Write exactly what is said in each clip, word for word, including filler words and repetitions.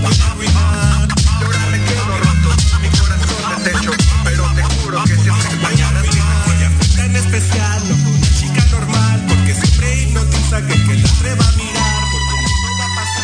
a arruinar. Y ahora me quedo roto, mi corazón deshecho, pero te juro que siempre voy a arruinar. Ella fue tan especial, no fue una chica normal, porque siempre hipnotiza que el que la atreva a mirar, porque no va a pasar.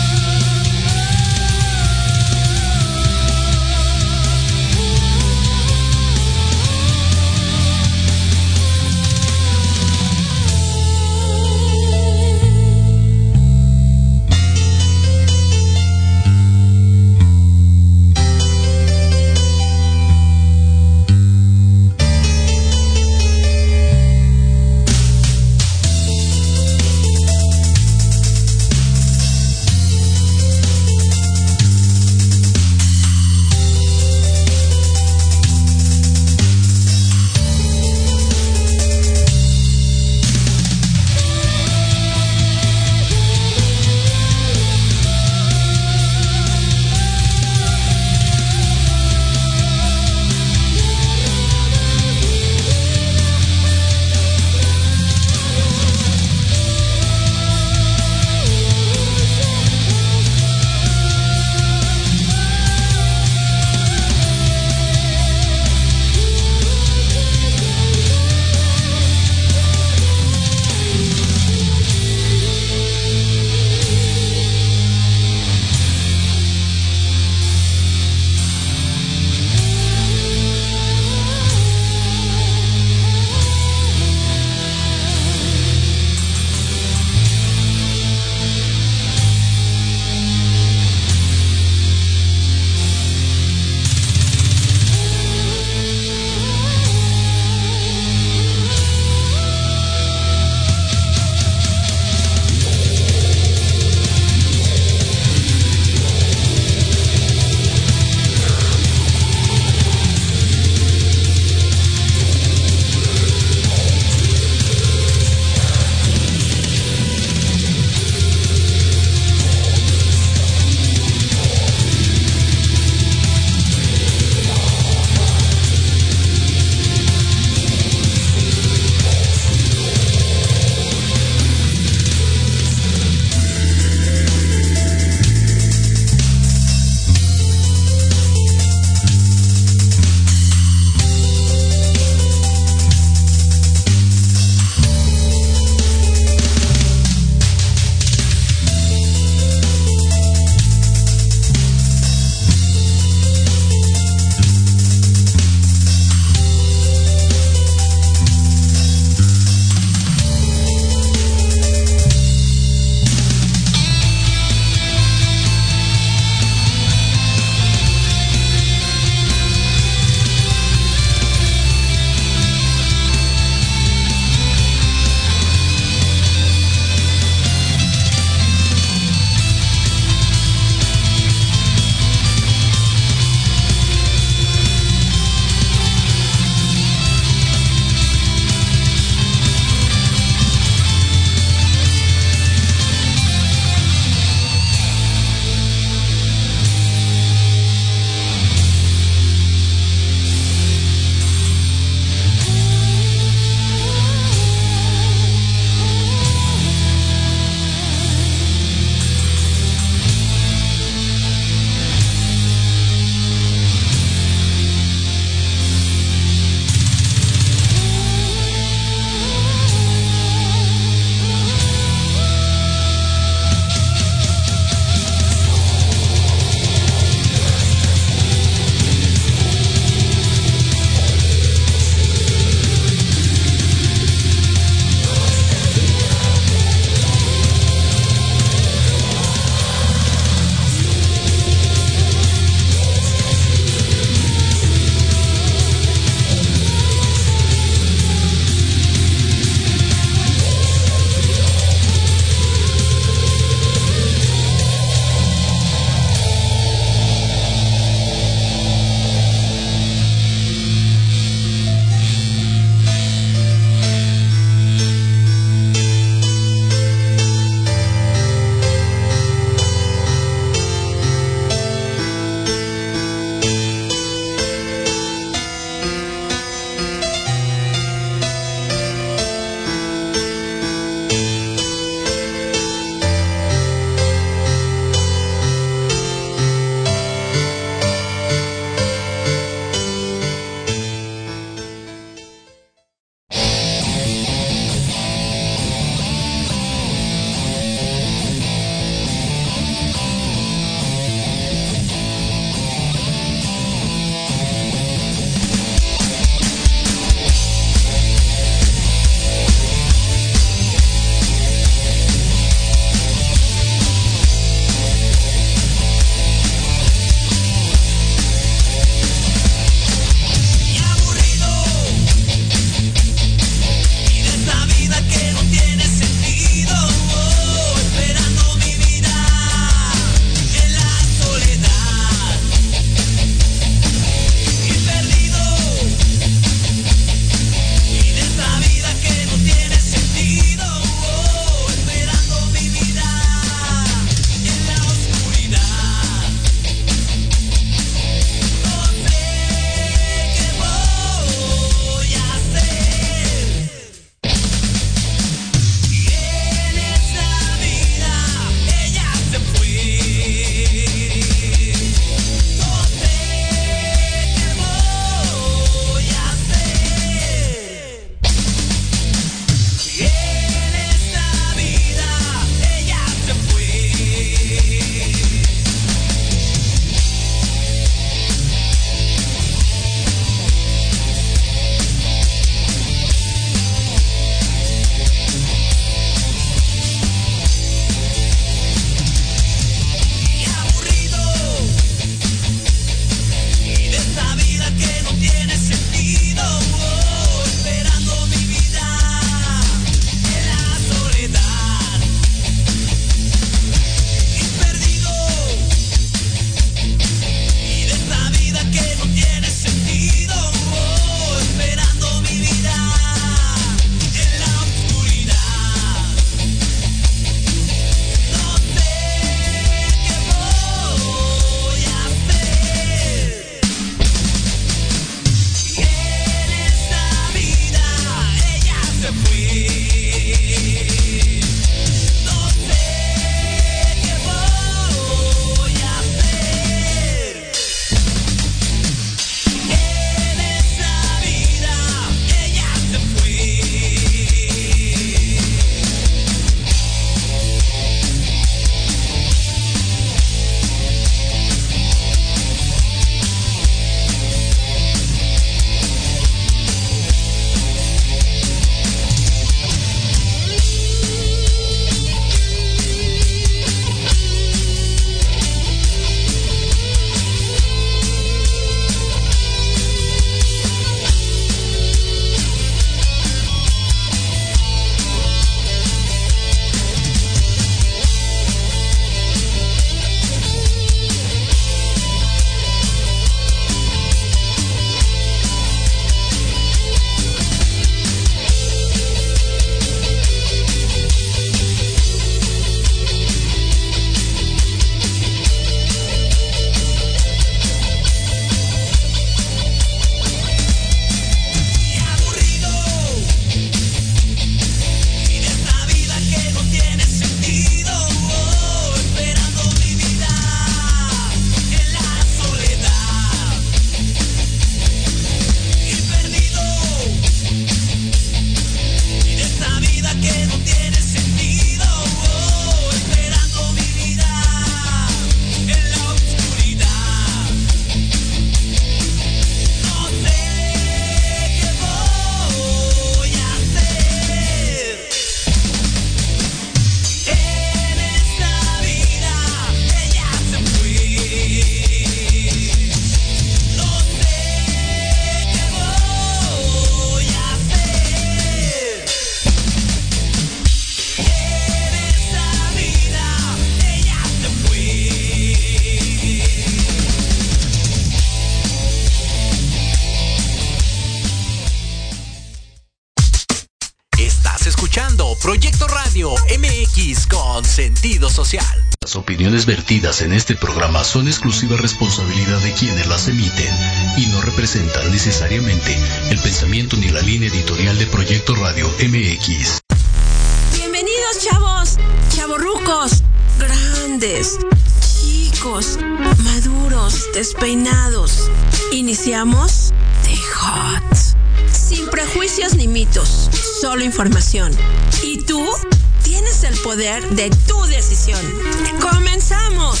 Proyecto Radio M X con sentido social. Las opiniones vertidas en este programa son exclusiva responsabilidad de quienes las emiten y no representan necesariamente el pensamiento ni la línea editorial de Proyecto Radio M X. Bienvenidos, chavos, chavorrucos, grandes, chicos, maduros, despeinados. Iniciamos The Hot. Sin prejuicios ni mitos, solo información. ¿Y tú? Tienes el poder de tu decisión. ¡Comenzamos!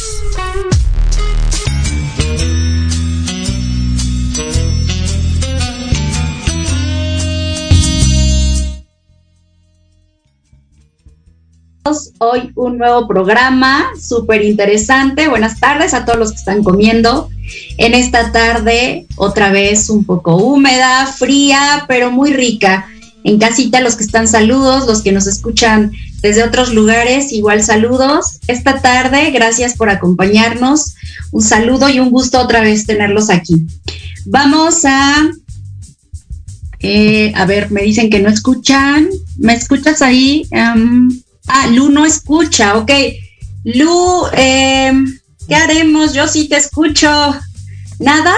Hoy un nuevo programa súper interesante. Buenas tardes a todos los que están comiendo en esta tarde, otra vez un poco húmeda, fría, pero muy rica. En casita, los que están, saludos, los que nos escuchan desde otros lugares, igual saludos. Esta tarde, gracias por acompañarnos. Un saludo y un gusto otra vez tenerlos aquí. Vamos a... Eh, a ver, me dicen que no escuchan. ¿Me escuchas ahí? Um, ah, Lu no escucha, ok. Lu, eh, ¿qué haremos? Yo sí te escucho. ¿Nada?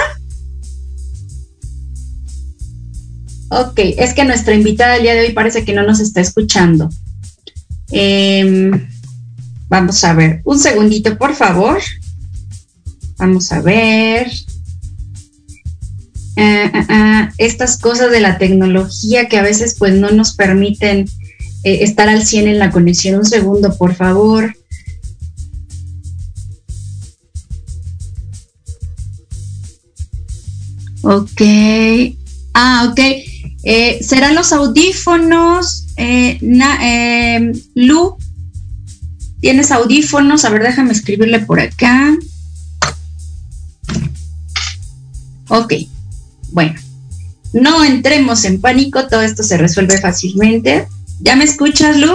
Ok, es que nuestra invitada el día de hoy parece que no nos está escuchando. Eh, vamos a ver, un segundito, por favor. Vamos a ver. Uh, uh, uh, estas cosas de la tecnología que a veces pues no nos permiten eh, estar al cien en la conexión. Un segundo, por favor. Ok. Ah, ok. Eh, ¿Serán los audífonos? Eh, na, eh, Lu, ¿tienes audífonos? A ver, déjame escribirle por acá. Ok, bueno, no entremos en pánico, todo esto se resuelve fácilmente. ¿Ya me escuchas, Lu?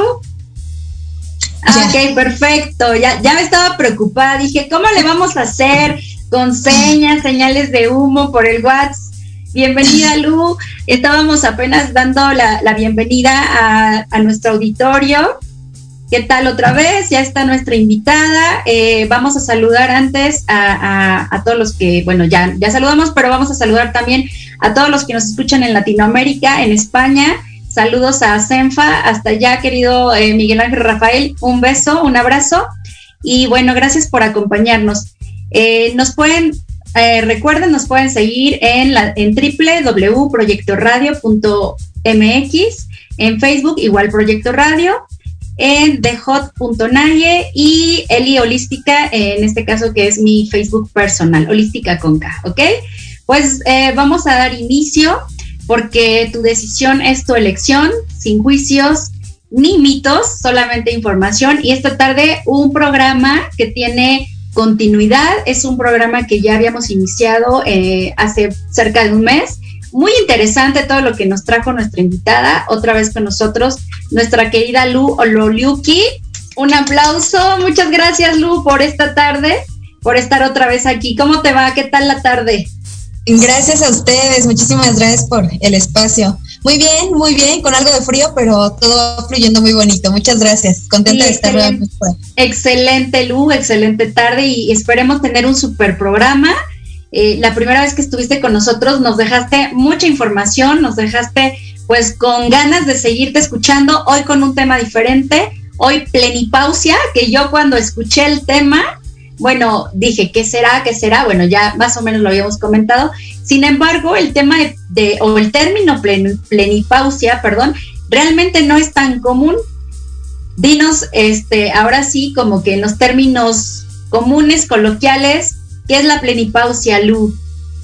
Ah, ok, perfecto, ya, ya me estaba preocupada, dije, ¿cómo le vamos a hacer? Con señas, señales de humo por el WhatsApp. Bienvenida, Lu. Estábamos apenas dando la, la bienvenida a, a nuestro auditorio. ¿Qué tal otra vez? Ya está nuestra invitada. Eh, vamos a saludar antes a, a, a todos los que, bueno, ya, ya saludamos, pero vamos a saludar también a todos los que nos escuchan en Latinoamérica, en España. Saludos a Senfa, hasta allá, querido eh, Miguel Ángel Rafael. Un beso, un abrazo. Y bueno, gracias por acompañarnos. Eh, nos pueden... Eh, recuerden, nos pueden seguir en, la, en doble u doble u doble u punto proyecto radio punto m x, en Facebook igual Proyecto Radio, en the hot punto naye y Eli Holística, en este caso que es mi Facebook personal, Holística con K, ¿ok? Pues eh, vamos a dar inicio porque tu decisión es tu elección, sin juicios ni mitos, solamente información. Y esta tarde un programa que tiene continuidad, es un programa que ya habíamos iniciado eh, hace cerca de un mes. Muy interesante todo lo que nos trajo nuestra invitada, otra vez con nosotros, nuestra querida Lu Ololiuki. Un aplauso, muchas gracias, Lu, por esta tarde, por estar otra vez aquí. ¿Cómo te va? ¿Qué tal la tarde? Gracias a ustedes, muchísimas gracias por el espacio. Muy bien, muy bien, con algo de frío, pero todo fluyendo muy bonito. Muchas gracias, contenta sí, de estar nuevamente por ahí. Excelente, Lu, excelente tarde y esperemos tener un super programa. Eh, la primera vez que estuviste con nosotros nos dejaste mucha información, nos dejaste pues con ganas de seguirte escuchando, hoy con un tema diferente, hoy plenipausia, que yo cuando escuché el tema, bueno, dije, ¿qué será? ¿Qué será? Bueno, ya más o menos lo habíamos comentado. Sin embargo, el tema de, de o el término plen, plenipausia, perdón, realmente no es tan común. Dinos, este, ahora sí, como que en los términos comunes, coloquiales, ¿qué es la plenipausia, Lu?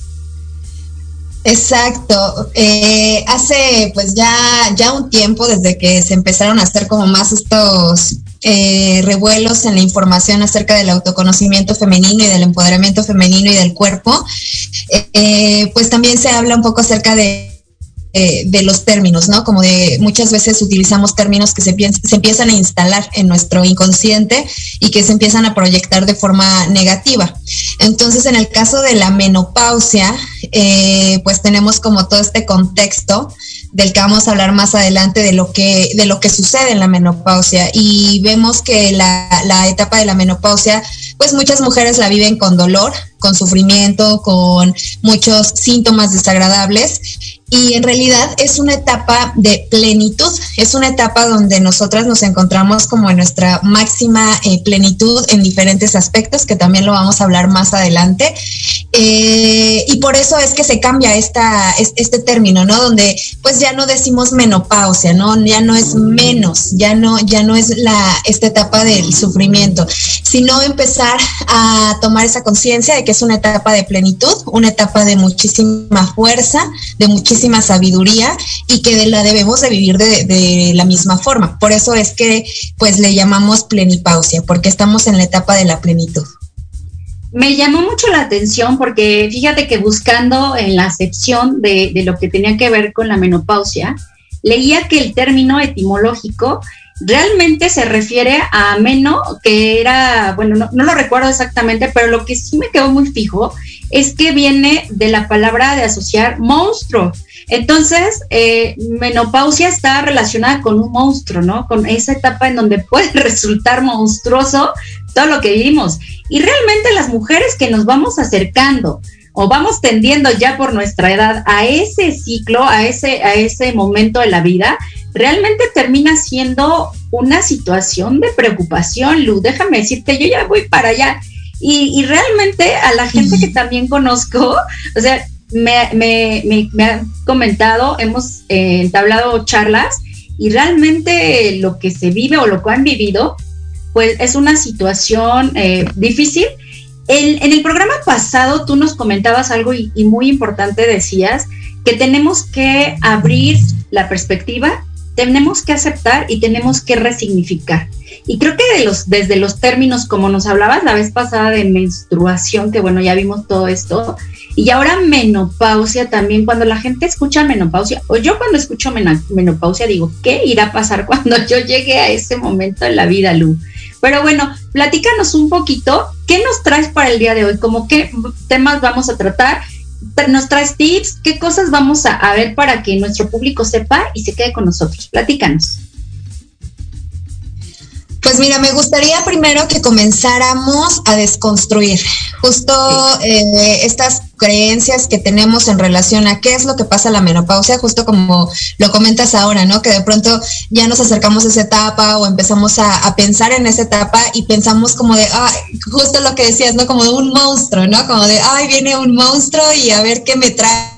Exacto. Eh, hace pues ya, ya un tiempo desde que se empezaron a hacer como más estos eh, revuelos en la información acerca del autoconocimiento femenino y del empoderamiento femenino y del cuerpo, eh, pues también se habla un poco acerca de de, de los términos, ¿no? Como de muchas veces utilizamos términos que se, se empiezan a instalar en nuestro inconsciente y que se empiezan a proyectar de forma negativa. Entonces, en el caso de la menopausia, eh, pues tenemos como todo este contexto del que vamos a hablar más adelante de lo que, de lo que sucede en la menopausia, y vemos que la, la etapa de la menopausia, pues muchas mujeres la viven con dolor, con sufrimiento, con muchos síntomas desagradables, y en realidad es una etapa de plenitud, es una etapa donde nosotras nos encontramos como en nuestra máxima eh, plenitud en diferentes aspectos, que también lo vamos a hablar más adelante, eh, y por eso es que se cambia esta, este término, ¿no? Donde pues ya no decimos menopausia, ¿no? Ya no es menos, ya no, ya no es la, esta etapa del sufrimiento, sino empezar a tomar esa conciencia de que es una etapa de plenitud, una etapa de muchísima fuerza, de muchísima sabiduría, y que de la debemos de vivir de, de la misma forma. Por eso es que pues le llamamos plenipausia, porque estamos en la etapa de la plenitud. Me llamó mucho la atención porque fíjate que buscando en la acepción de, de lo que tenía que ver con la menopausia, leía que el término etimológico realmente se refiere a meno, que era, bueno, no, no lo recuerdo exactamente, pero lo que sí me quedó muy fijo es que viene de la palabra de asociar monstruo. Entonces, eh, menopausia está relacionada con un monstruo, ¿no? Con esa etapa en donde puede resultar monstruoso todo lo que vivimos. Y realmente las mujeres que nos vamos acercando o vamos tendiendo ya por nuestra edad a ese ciclo, a ese, a ese momento de la vida, realmente termina siendo una situación de preocupación, Lu. Déjame decirte, yo ya voy para allá. Y, y realmente a la gente que también conozco, o sea, me, me, me, me han comentado, hemos eh, entablado charlas, y realmente lo que se vive o lo que han vivido, pues es una situación eh, difícil. El, en el programa pasado tú nos comentabas algo y, y muy importante, decías que tenemos que abrir la perspectiva, tenemos que aceptar y tenemos que resignificar. Y creo que de los, desde los términos, como nos hablabas la vez pasada de menstruación, que bueno, ya vimos todo esto, y ahora menopausia también, cuando la gente escucha menopausia, o yo cuando escucho men- menopausia digo, ¿qué irá a pasar cuando yo llegue a ese momento en la vida, Lu? Pero bueno, platícanos un poquito, ¿qué nos traes para el día de hoy? ¿Cómo qué temas vamos a tratar? ¿Nos traes tips? ¿Qué cosas vamos a, a ver para que nuestro público sepa y se quede con nosotros? Platícanos. Pues mira, me gustaría primero que comenzáramos a desconstruir justo eh, estas creencias que tenemos en relación a qué es lo que pasa en la menopausia, justo como lo comentas ahora, ¿no? Que de pronto ya nos acercamos a esa etapa o empezamos a, a pensar en esa etapa y pensamos como de, ah, justo lo que decías, ¿no? Como de un monstruo, ¿no? Como de, ay, viene un monstruo y a ver qué me trae.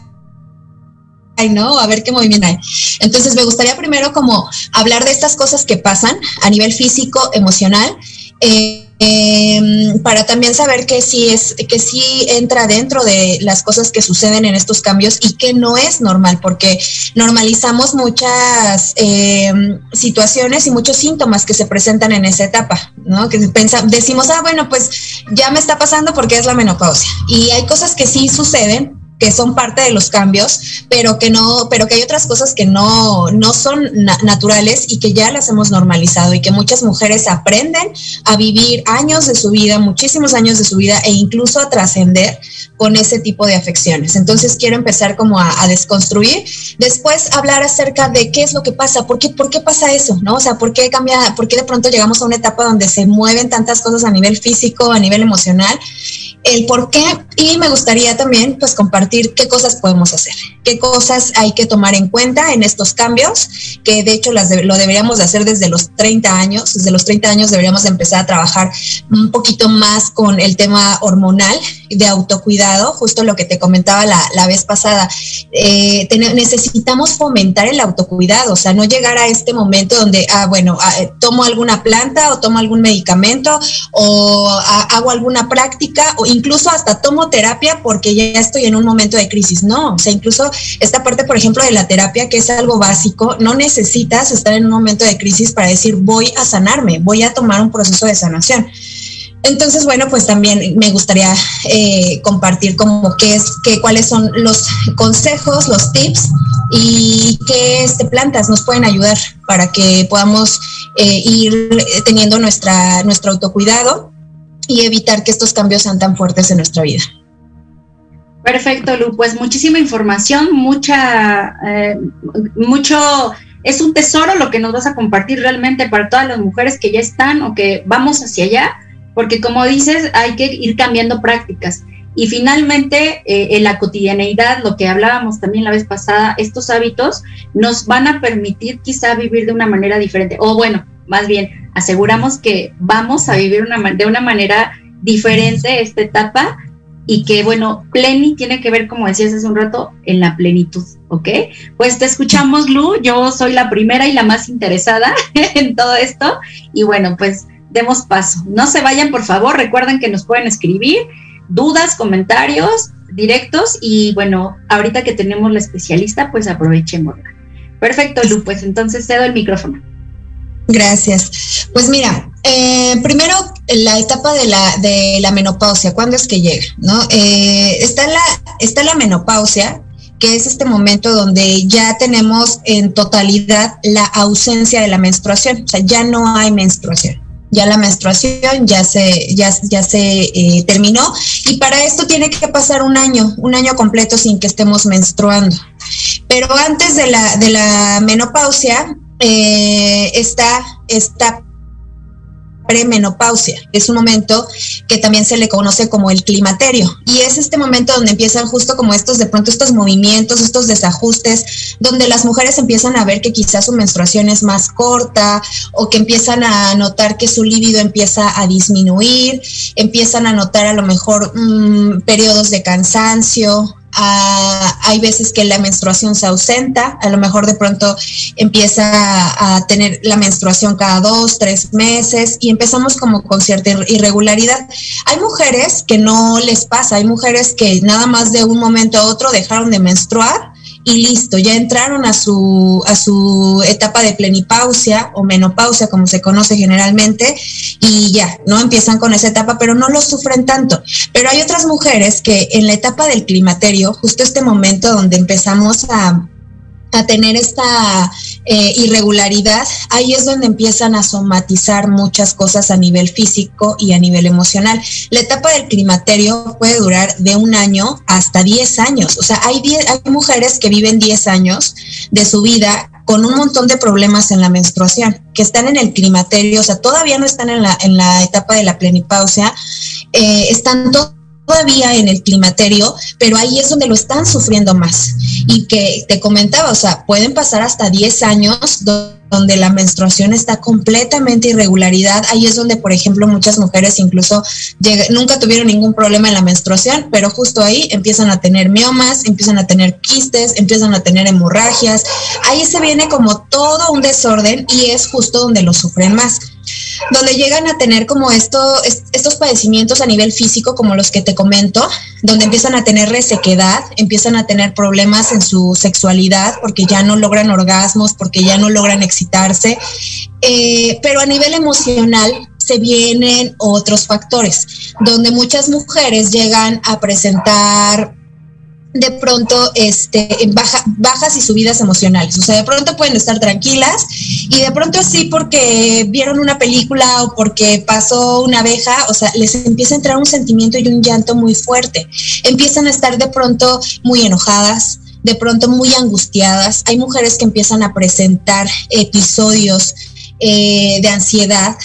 Ay, no, a ver qué movimiento hay. Entonces me gustaría primero como hablar de estas cosas que pasan a nivel físico, emocional, eh, eh, para también saber que sí es, que sí entra dentro de las cosas que suceden en estos cambios y que no es normal, porque normalizamos muchas eh, situaciones y muchos síntomas que se presentan en esa etapa, ¿no? Que pensa, decimos, ah, bueno, pues ya me está pasando porque es la menopausia. Y hay cosas que sí suceden, que son parte de los cambios, pero que no, pero que hay otras cosas que no, no son na- naturales y que ya las hemos normalizado, y que muchas mujeres aprenden a vivir años de su vida, muchísimos años de su vida, e incluso a trascender con ese tipo de afecciones. Entonces quiero empezar como a, a desconstruir, después hablar acerca de qué es lo que pasa, por qué, por qué pasa eso, ¿no? O sea, por qué cambia, por qué de pronto llegamos a una etapa donde se mueven tantas cosas a nivel físico, a nivel emocional, el por qué, y me gustaría también pues compartir qué cosas podemos hacer, qué cosas hay que tomar en cuenta en estos cambios, que de hecho las de, lo deberíamos de hacer desde los treinta años, desde los treinta años deberíamos de empezar a trabajar un poquito más con el tema hormonal, de autocuidado, justo lo que te comentaba la, la vez pasada, eh, ten, necesitamos fomentar el autocuidado, o sea, no llegar a este momento donde, ah, bueno, ah, tomo alguna planta o tomo algún medicamento o ah, hago alguna práctica o incluso hasta tomo terapia porque ya estoy en un momento de crisis. No, o sea, incluso esta parte, por ejemplo, de la terapia, que es algo básico, no necesitas estar en un momento de crisis para decir voy a sanarme, voy a tomar un proceso de sanación. Entonces, bueno, pues también me gustaría eh, compartir como qué es, qué, cuáles son los consejos, los tips y qué este, plantas nos pueden ayudar para que podamos eh, ir teniendo nuestra, nuestro autocuidado y evitar que estos cambios sean tan fuertes en nuestra vida. Perfecto, Lu, pues muchísima información, mucha, eh, mucho, es un tesoro lo que nos vas a compartir realmente para todas las mujeres que ya están o que vamos hacia allá, porque como dices, hay que ir cambiando prácticas. Y finalmente, eh, en la cotidianeidad, lo que hablábamos también la vez pasada, estos hábitos nos van a permitir quizá vivir de una manera diferente, o bueno, más bien, aseguramos que vamos a vivir una, de una manera diferente esta etapa, y que, bueno, pleni tiene que ver, como decías hace un rato, en la plenitud, ¿ok? Pues te escuchamos, Lu, yo soy la primera y la más interesada en todo esto, y bueno, pues demos paso. No se vayan, por favor, recuerden que nos pueden escribir dudas, comentarios directos, y bueno, ahorita que tenemos la especialista, pues aprovechémosla. Perfecto, Lu, pues entonces cedo el micrófono. Gracias. Pues mira, eh, primero la etapa de la de la menopausia, ¿cuándo es que llega? ¿No? Eh, está la está la menopausia, que es este momento donde ya tenemos en totalidad la ausencia de la menstruación, o sea, ya no hay menstruación. Ya la menstruación ya se ya, ya se eh, terminó, y para esto tiene que pasar un año, un año completo sin que estemos menstruando. Pero antes de la de la menopausia eh, está está premenopausia, es un momento que también se le conoce como el climaterio, y es este momento donde empiezan justo como estos de pronto estos movimientos, estos desajustes, donde las mujeres empiezan a ver que quizás su menstruación es más corta, o que empiezan a notar que su libido empieza a disminuir, empiezan a notar a lo mejor mmm, periodos de cansancio. Uh, hay veces que la menstruación se ausenta, a lo mejor de pronto empieza a, a tener la menstruación cada dos, tres meses, y empezamos como con cierta irregularidad. Hay mujeres que no les pasa, hay mujeres que nada más de un momento a otro dejaron de menstruar y listo, ya entraron a su a su etapa de plenipausia o menopausia, como se conoce generalmente, y ya, ¿no? Empiezan con esa etapa, pero no lo sufren tanto. Pero hay otras mujeres que en la etapa del climaterio, justo este momento donde empezamos a a tener esta eh, irregularidad, ahí es donde empiezan a somatizar muchas cosas a nivel físico y a nivel emocional. La etapa del climaterio puede durar de un año hasta diez años, o sea, hay, diez, hay mujeres que viven diez años de su vida con un montón de problemas en la menstruación, que están en el climaterio, o sea, todavía no están en la, en la etapa de la plenipausia, eh, están todos todavía en el climaterio, pero ahí es donde lo están sufriendo más. Y que te comentaba, o sea, pueden pasar hasta diez años donde la menstruación está completamente irregularidad. Ahí es donde, por ejemplo, muchas mujeres incluso llega, nunca tuvieron ningún problema en la menstruación, pero justo ahí empiezan a tener miomas, empiezan a tener quistes, empiezan a tener hemorragias. Ahí se viene como todo un desorden, y es justo donde lo sufren más, donde llegan a tener como esto, estos padecimientos a nivel físico, como los que te comento, donde empiezan a tener resequedad, empiezan a tener problemas en su sexualidad, porque ya no logran orgasmos, porque ya no logran excitarse, eh, pero a nivel emocional se vienen otros factores, donde muchas mujeres llegan a presentar de pronto este, baja, bajas y subidas emocionales. O sea, de pronto pueden estar tranquilas y de pronto así porque vieron una película o porque pasó una abeja, o sea, les empieza a entrar un sentimiento y un llanto muy fuerte. Empiezan a estar de pronto muy enojadas, de pronto muy angustiadas. Hay mujeres que empiezan a presentar episodios eh, de ansiedad,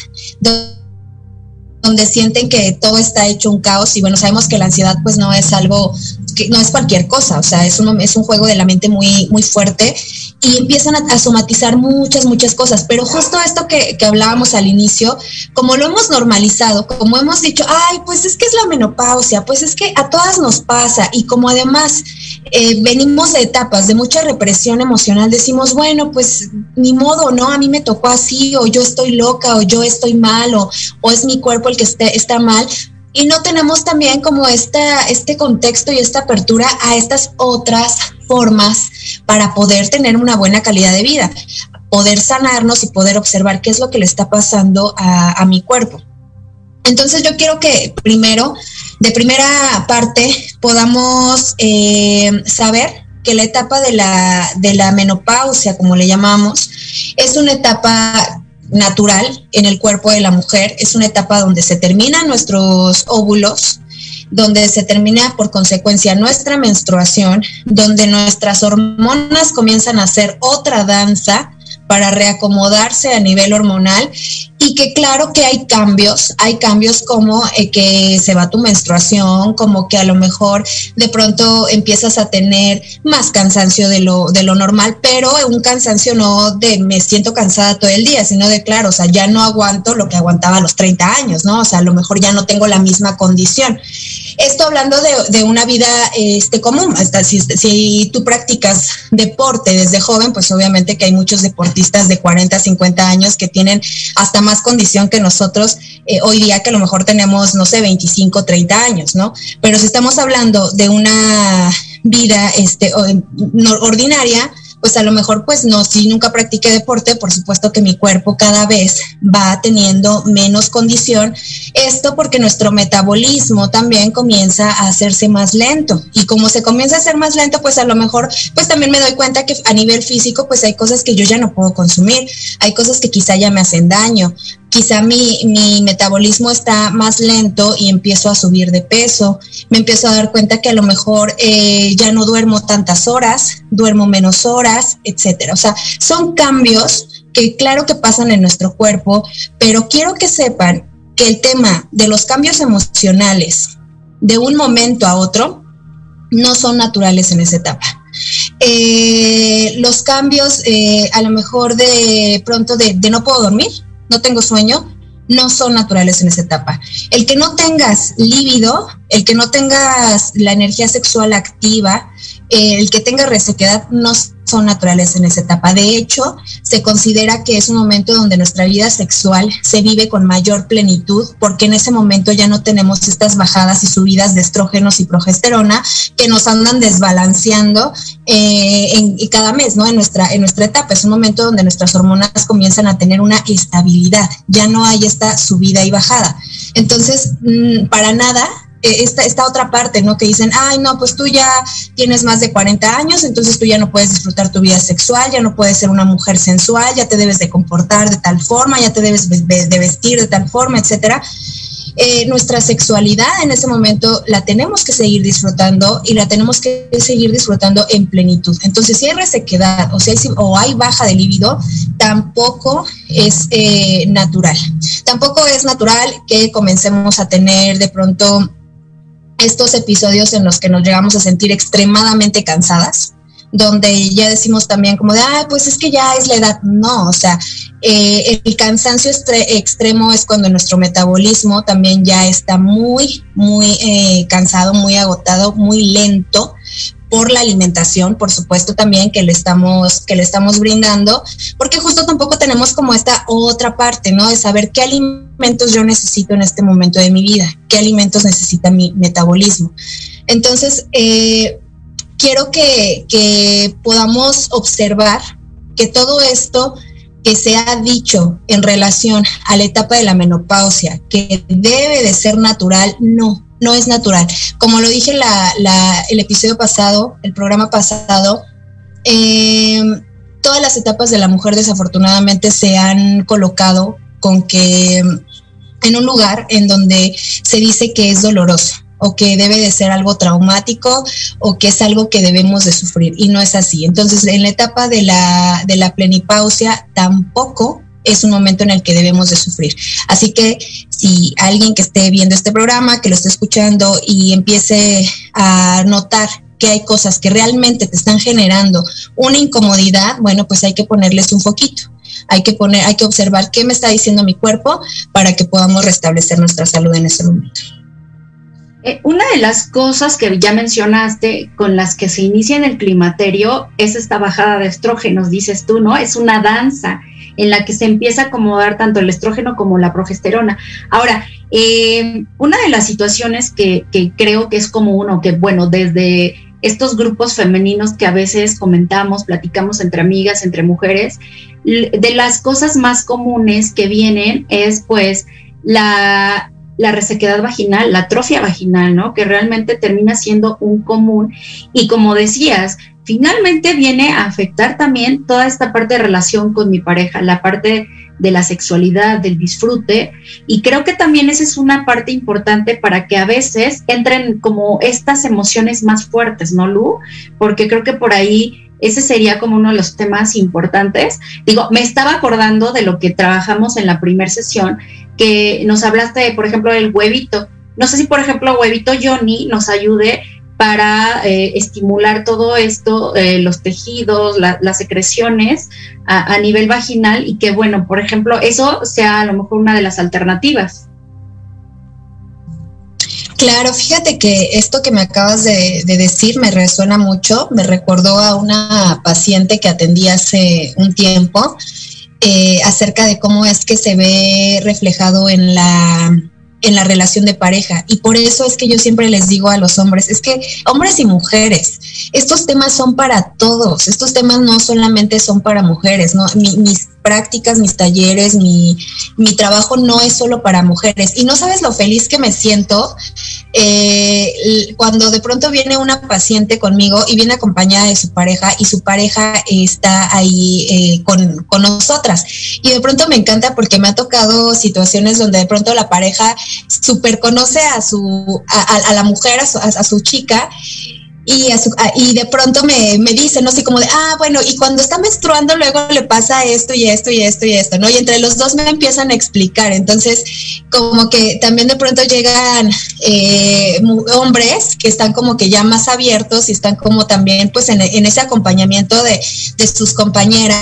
donde sienten que todo está hecho un caos, y bueno, sabemos que la ansiedad pues no es algo, que no es cualquier cosa, o sea, es un, es un juego de la mente muy, muy fuerte, y empiezan a, a somatizar muchas, muchas cosas. Pero justo esto que, que hablábamos al inicio, como lo hemos normalizado, como hemos dicho, ay, pues es que es la menopausia, pues es que a todas nos pasa, y como además eh, venimos de etapas de mucha represión emocional, decimos, bueno, pues ni modo, ¿no? A mí me tocó así, o yo estoy loca, o yo estoy mal, o, o es mi cuerpo el que esté, está mal. Y no tenemos también como esta, este contexto y esta apertura a estas otras formas para poder tener una buena calidad de vida, poder sanarnos y poder observar qué es lo que le está pasando a, a mi cuerpo. Entonces yo quiero que primero, de primera parte, podamos eh, saber que la etapa de la, de la menopausia, como le llamamos, es una etapa natural en el cuerpo de la mujer, es una etapa donde se terminan nuestros óvulos, donde se termina por consecuencia nuestra menstruación, donde nuestras hormonas comienzan a hacer otra danza para reacomodarse a nivel hormonal, y que claro que hay cambios, hay cambios como eh, que se va tu menstruación, como que a lo mejor de pronto empiezas a tener más cansancio de lo, de lo normal, pero un cansancio no de me siento cansada todo el día, sino de claro, o sea, ya no aguanto lo que aguantaba a los treinta años, ¿no? O sea, a lo mejor ya no tengo la misma condición. Esto hablando de, de una vida este, común, hasta si, si tú practicas deporte desde joven, pues obviamente que hay muchos deportistas de cuarenta, cincuenta años que tienen hasta más condición que nosotros eh, hoy día, que a lo mejor tenemos, no sé, veinticinco, treinta años, ¿no? Pero si estamos hablando de una vida este, ordinaria, pues a lo mejor pues no, si nunca practiqué deporte, por supuesto que mi cuerpo cada vez va teniendo menos condición, esto porque nuestro metabolismo también comienza a hacerse más lento, y como se comienza a hacer más lento, pues a lo mejor pues también me doy cuenta que a nivel físico pues hay cosas que yo ya no puedo consumir, hay cosas que quizá ya me hacen daño, quizá mi, mi metabolismo está más lento y empiezo a subir de peso, me empiezo a dar cuenta que a lo mejor eh, ya no duermo tantas horas, duermo menos horas, etcétera. O sea, son cambios que claro que pasan en nuestro cuerpo, pero quiero que sepan que el tema de los cambios emocionales de un momento a otro no son naturales en esa etapa. Eh, los cambios eh, a lo mejor de pronto de, de no puedo dormir, no tengo sueño, no son naturales en esa etapa. El que no tengas líbido, el que no tengas la energía sexual activa, eh, el que tengas resequedad, no son naturales en esa etapa. De hecho, se considera que es un momento donde nuestra vida sexual se vive con mayor plenitud, porque en ese momento ya no tenemos estas bajadas y subidas de estrógenos y progesterona que nos andan desbalanceando eh, en, en cada mes, ¿no? En nuestra, en nuestra etapa. Es un momento donde nuestras hormonas comienzan a tener una estabilidad, ya no hay esta subida y bajada. Entonces, mmm, para nada Esta, esta otra parte, ¿no? Que dicen, ay, no, pues tú ya tienes más de cuarenta años, entonces tú ya no puedes disfrutar tu vida sexual, ya no puedes ser una mujer sensual, ya te debes de comportar de tal forma, ya te debes de vestir de tal forma, etcétera. Eh, nuestra sexualidad en ese momento la tenemos que seguir disfrutando, y la tenemos que seguir disfrutando en plenitud. Entonces, si hay resequedad o si hay, o hay baja de libido, tampoco es eh, natural. Tampoco es natural que comencemos a tener de pronto estos episodios en los que nos llegamos a sentir extremadamente cansadas, donde ya decimos también como de, ah, pues es que ya es la edad. No, o sea, eh, el cansancio estre- extremo es cuando nuestro metabolismo también ya está muy, muy eh, cansado, muy agotado, muy lento, por la alimentación, por supuesto también que le estamos que le estamos brindando, porque justo tampoco tenemos como esta otra parte, ¿no? De saber qué alimentos yo necesito en este momento de mi vida, qué alimentos necesita mi metabolismo. Entonces, eh, quiero que, que podamos observar que todo esto que se ha dicho en relación a la etapa de la menopausia, que debe de ser natural, no. No es natural. Como lo dije la, la, el episodio pasado, el programa pasado, eh, todas las etapas de la mujer desafortunadamente se han colocado con que en un lugar en donde se dice que es doloroso, o que debe de ser algo traumático, o que es algo que debemos de sufrir, y no es así. Entonces, en la etapa de la, de la plenipausia tampoco es un momento en el que debemos de sufrir. Así que si alguien que esté viendo este programa, que lo esté escuchando y empiece a notar que hay cosas que realmente te están generando una incomodidad, bueno, pues hay que ponerles un foquito. Hay que poner, hay que observar qué me está diciendo mi cuerpo para que podamos restablecer nuestra salud en ese momento. Eh, una de las cosas que ya mencionaste con las que se inicia en el climaterio es esta bajada de estrógenos, dices tú, ¿no? Es una danza en la que se empieza a acomodar tanto el estrógeno como la progesterona. Ahora, eh, una de las situaciones que, que creo que es común, o que, bueno, desde estos grupos femeninos que a veces comentamos, platicamos entre amigas, entre mujeres, de las cosas más comunes que vienen es, pues, la la resequedad vaginal, la atrofia vaginal, ¿no? Que realmente termina siendo un común y como decías, finalmente viene a afectar también toda esta parte de relación con mi pareja, la parte de la sexualidad, del disfrute, y creo que también esa es una parte importante para que a veces entren como estas emociones más fuertes, ¿no, Lu? Porque creo que por ahí ese sería como uno de los temas importantes. Digo, me estaba acordando de lo que trabajamos en la primera sesión, que nos hablaste, por ejemplo, del huevito. No sé si, por ejemplo, huevito Johnny nos ayude para eh, estimular todo esto, eh, los tejidos, la, las secreciones a, a nivel vaginal y que, bueno, por ejemplo, eso sea a lo mejor una de las alternativas. Claro, fíjate que esto que me acabas de, de decir me resuena mucho, me recordó a una paciente que atendí hace un tiempo eh, acerca de cómo es que se ve reflejado en la, en la relación de pareja, y por eso es que yo siempre les digo a los hombres, es que hombres y mujeres, estos temas son para todos, estos temas no solamente son para mujeres, ¿no? Mi, mis prácticas, mis talleres, mi, mi trabajo no es solo para mujeres, y no sabes lo feliz que me siento eh, cuando de pronto viene una paciente conmigo y viene acompañada de su pareja y su pareja está ahí eh, con, con nosotras, y de pronto me encanta porque me ha tocado situaciones donde de pronto la pareja súper conoce a su a, a la mujer, a su, a, a su chica, y, a su, a, y de pronto me, me dicen, ¿no? Así como de, ah, bueno, y cuando está menstruando luego le pasa esto y esto y esto y esto, ¿no? Y entre los dos me empiezan a explicar. Entonces, como que también de pronto llegan eh, hombres que están como que ya más abiertos y están como también pues en, en ese acompañamiento de, de sus compañeras.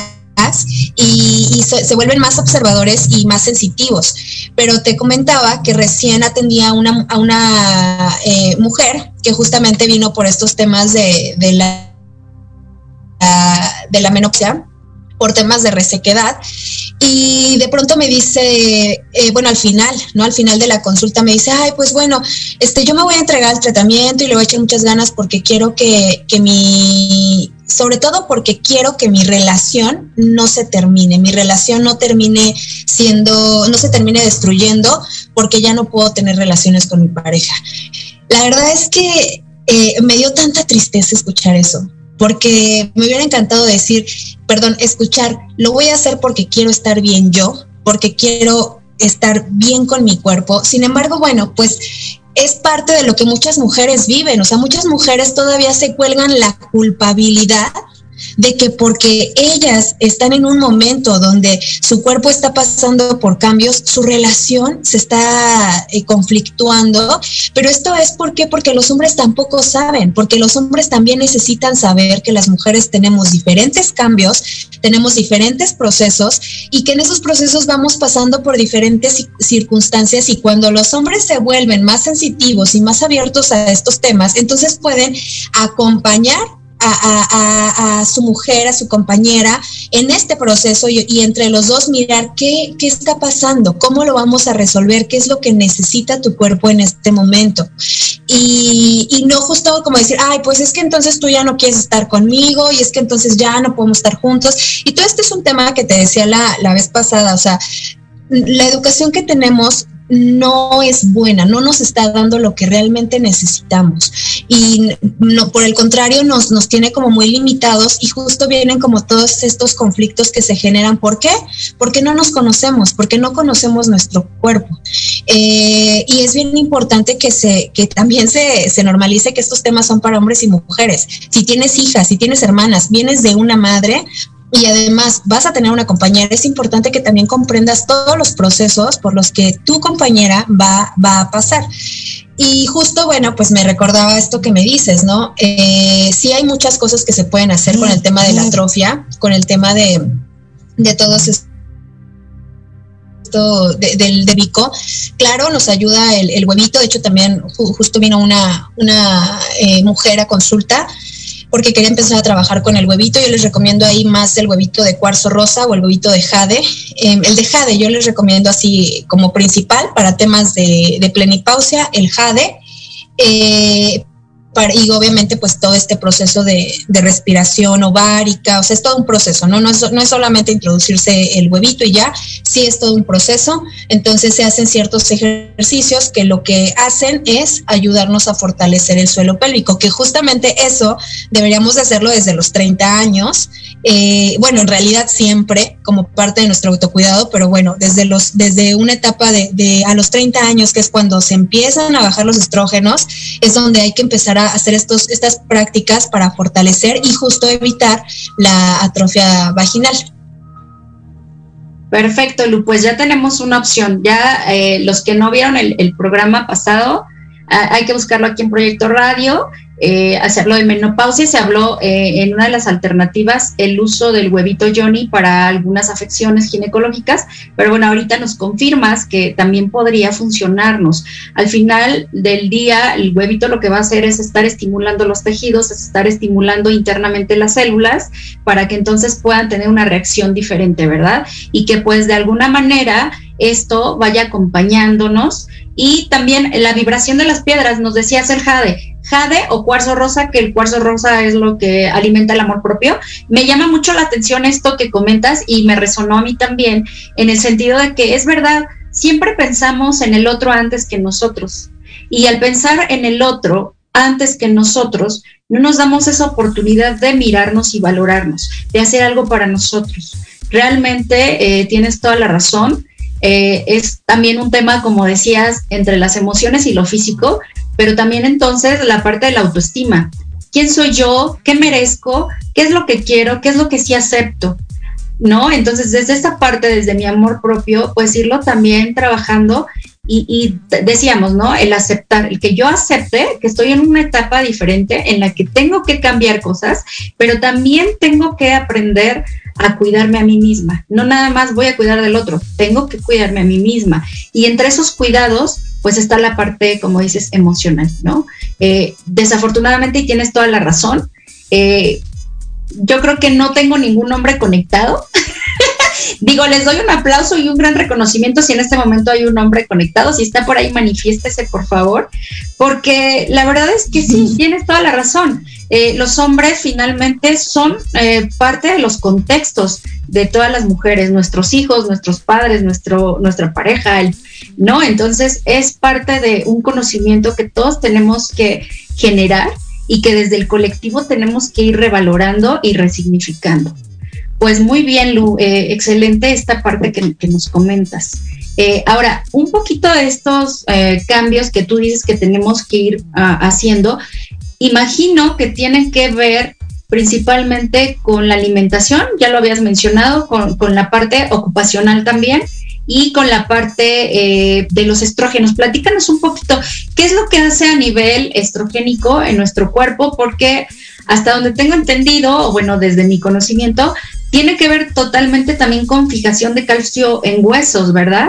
Y, y se, se vuelven más observadores y más sensitivos. Pero te comentaba que recién atendía a una, a una eh, mujer que justamente vino por estos temas de, de, la, de la menopausia, por temas de resequedad, y de pronto me dice, eh, bueno, al final, ¿no? Al final de la consulta me dice, ay, pues bueno, este, yo me voy a entregar al tratamiento y le voy a echar muchas ganas porque quiero que, que mi, sobre todo porque quiero que mi relación no se termine, mi relación no termine siendo, no se termine destruyendo porque ya no puedo tener relaciones con mi pareja. La verdad es que eh, me dio tanta tristeza escuchar eso, porque me hubiera encantado decir, perdón, escuchar, lo voy a hacer porque quiero estar bien yo, porque quiero estar bien con mi cuerpo. Sin embargo, bueno, pues es parte de lo que muchas mujeres viven. O sea, muchas mujeres todavía se cuelgan la culpabilidad de que porque ellas están en un momento donde su cuerpo está pasando por cambios, su relación se está eh, conflictuando, pero esto es ¿por qué? Porque los hombres tampoco saben, porque los hombres también necesitan saber que las mujeres tenemos diferentes cambios, tenemos diferentes procesos y que en esos procesos vamos pasando por diferentes circunstancias, y cuando los hombres se vuelven más sensitivos y más abiertos a estos temas, entonces pueden acompañar A, a, a su mujer, a su compañera en este proceso y, y entre los dos mirar qué, qué está pasando, cómo lo vamos a resolver, qué es lo que necesita tu cuerpo en este momento. Y, y no justo como decir, ay, pues es que entonces tú ya no quieres estar conmigo y es que entonces ya no podemos estar juntos. Y todo este es un tema que te decía la, la vez pasada, o sea, la educación que tenemos no es buena, no nos está dando lo que realmente necesitamos y no, por el contrario nos, nos tiene como muy limitados, y justo vienen como todos estos conflictos que se generan. ¿Por qué? Porque no nos conocemos, porque no conocemos nuestro cuerpo, eh, y es bien importante que se que también se, se normalice que estos temas son para hombres y mujeres. Si tienes hijas, si tienes hermanas, vienes de una madre y además vas a tener una compañera, es importante que también comprendas todos los procesos por los que tu compañera va, va a pasar. Y justo, bueno, pues me recordaba esto que me dices, ¿no? Eh, sí hay muchas cosas que se pueden hacer con el tema de la atrofia, con el tema de, de todos estos De, del de Vico. Claro, nos ayuda el, el huevito. De hecho, también ju, justo vino una, una eh, mujer a consulta porque quería empezar a trabajar con el huevito. Yo les recomiendo ahí más el huevito de cuarzo rosa o el huevito de jade. Eh, el de jade yo les recomiendo así como principal para temas de, de plenipausia, el jade. Eh, para, y obviamente pues todo este proceso de, de respiración ovárica, o sea, es todo un proceso, ¿no? No es, no es solamente introducirse el huevito y ya, sí es todo un proceso. Entonces se hacen ciertos ejercicios que lo que hacen es ayudarnos a fortalecer el suelo pélvico, que justamente eso deberíamos de hacerlo desde los treinta años, eh, bueno, en realidad siempre como parte de nuestro autocuidado, pero bueno, desde los desde una etapa de, de a los treinta años, que es cuando se empiezan a bajar los estrógenos, es donde hay que empezar a hacer estos estas prácticas para fortalecer y justo evitar la atrofia vaginal. Perfecto, Lu, pues ya tenemos una opción. Ya eh, los que no vieron el, el programa pasado, a, hay que buscarlo aquí en Proyecto Radio. Eh, hacerlo de menopausia, se habló eh, en una de las alternativas el uso del huevito Johnny para algunas afecciones ginecológicas, pero bueno, ahorita nos confirmas que también podría funcionarnos. Al final del día, el huevito lo que va a hacer es estar estimulando los tejidos, es estar estimulando internamente las células para que entonces puedan tener una reacción diferente, ¿verdad? Y que pues de alguna manera esto vaya acompañándonos. Y también la vibración de las piedras, nos decías el jade, jade o cuarzo rosa, que el cuarzo rosa es lo que alimenta el amor propio. Me llama mucho la atención esto que comentas y me resonó a mí también, en el sentido de que es verdad, siempre pensamos en el otro antes que nosotros, y al pensar en el otro antes que nosotros, no nos damos esa oportunidad de mirarnos y valorarnos, de hacer algo para nosotros. Realmente eh, tienes toda la razón. Eh, es también un tema, como decías, entre las emociones y lo físico, pero también entonces la parte de la autoestima. ¿Quién soy yo? ¿Qué merezco? ¿Qué es lo que quiero? ¿Qué es lo que sí acepto? ¿No? Entonces, desde esta parte, desde mi amor propio, pues irlo también trabajando y, y decíamos, ¿no? El aceptar, el que yo acepte que estoy en una etapa diferente en la que tengo que cambiar cosas, pero también tengo que aprender a cuidarme a mí misma. No nada más voy a cuidar del otro, tengo que cuidarme a mí misma. Y entre esos cuidados, pues está la parte, como dices, emocional, ¿no? Eh, desafortunadamente, y tienes toda la razón, eh, yo creo que no tengo ningún hombre conectado. Digo, les doy un aplauso y un gran reconocimiento si en este momento hay un hombre conectado. Si está por ahí, manifiéstese, por favor, porque la verdad es que sí, tienes toda la razón. Eh, los hombres finalmente son eh, parte de los contextos de todas las mujeres, nuestros hijos, nuestros padres, nuestro, nuestra pareja, el, ¿no? Entonces es parte de un conocimiento que todos tenemos que generar y que desde el colectivo tenemos que ir revalorando y resignificando. Pues muy bien, Lu, eh, excelente esta parte que, que nos comentas. Eh, ahora, un poquito de estos eh, cambios que tú dices que tenemos que ir uh, haciendo, imagino que tienen que ver principalmente con la alimentación, ya lo habías mencionado, con, con la parte ocupacional también, y con la parte eh, de los estrógenos. Platícanos un poquito, ¿qué es lo que hace a nivel estrogénico en nuestro cuerpo? Porque hasta donde tengo entendido, o bueno, desde mi conocimiento, tiene que ver totalmente también con fijación de calcio en huesos, ¿verdad?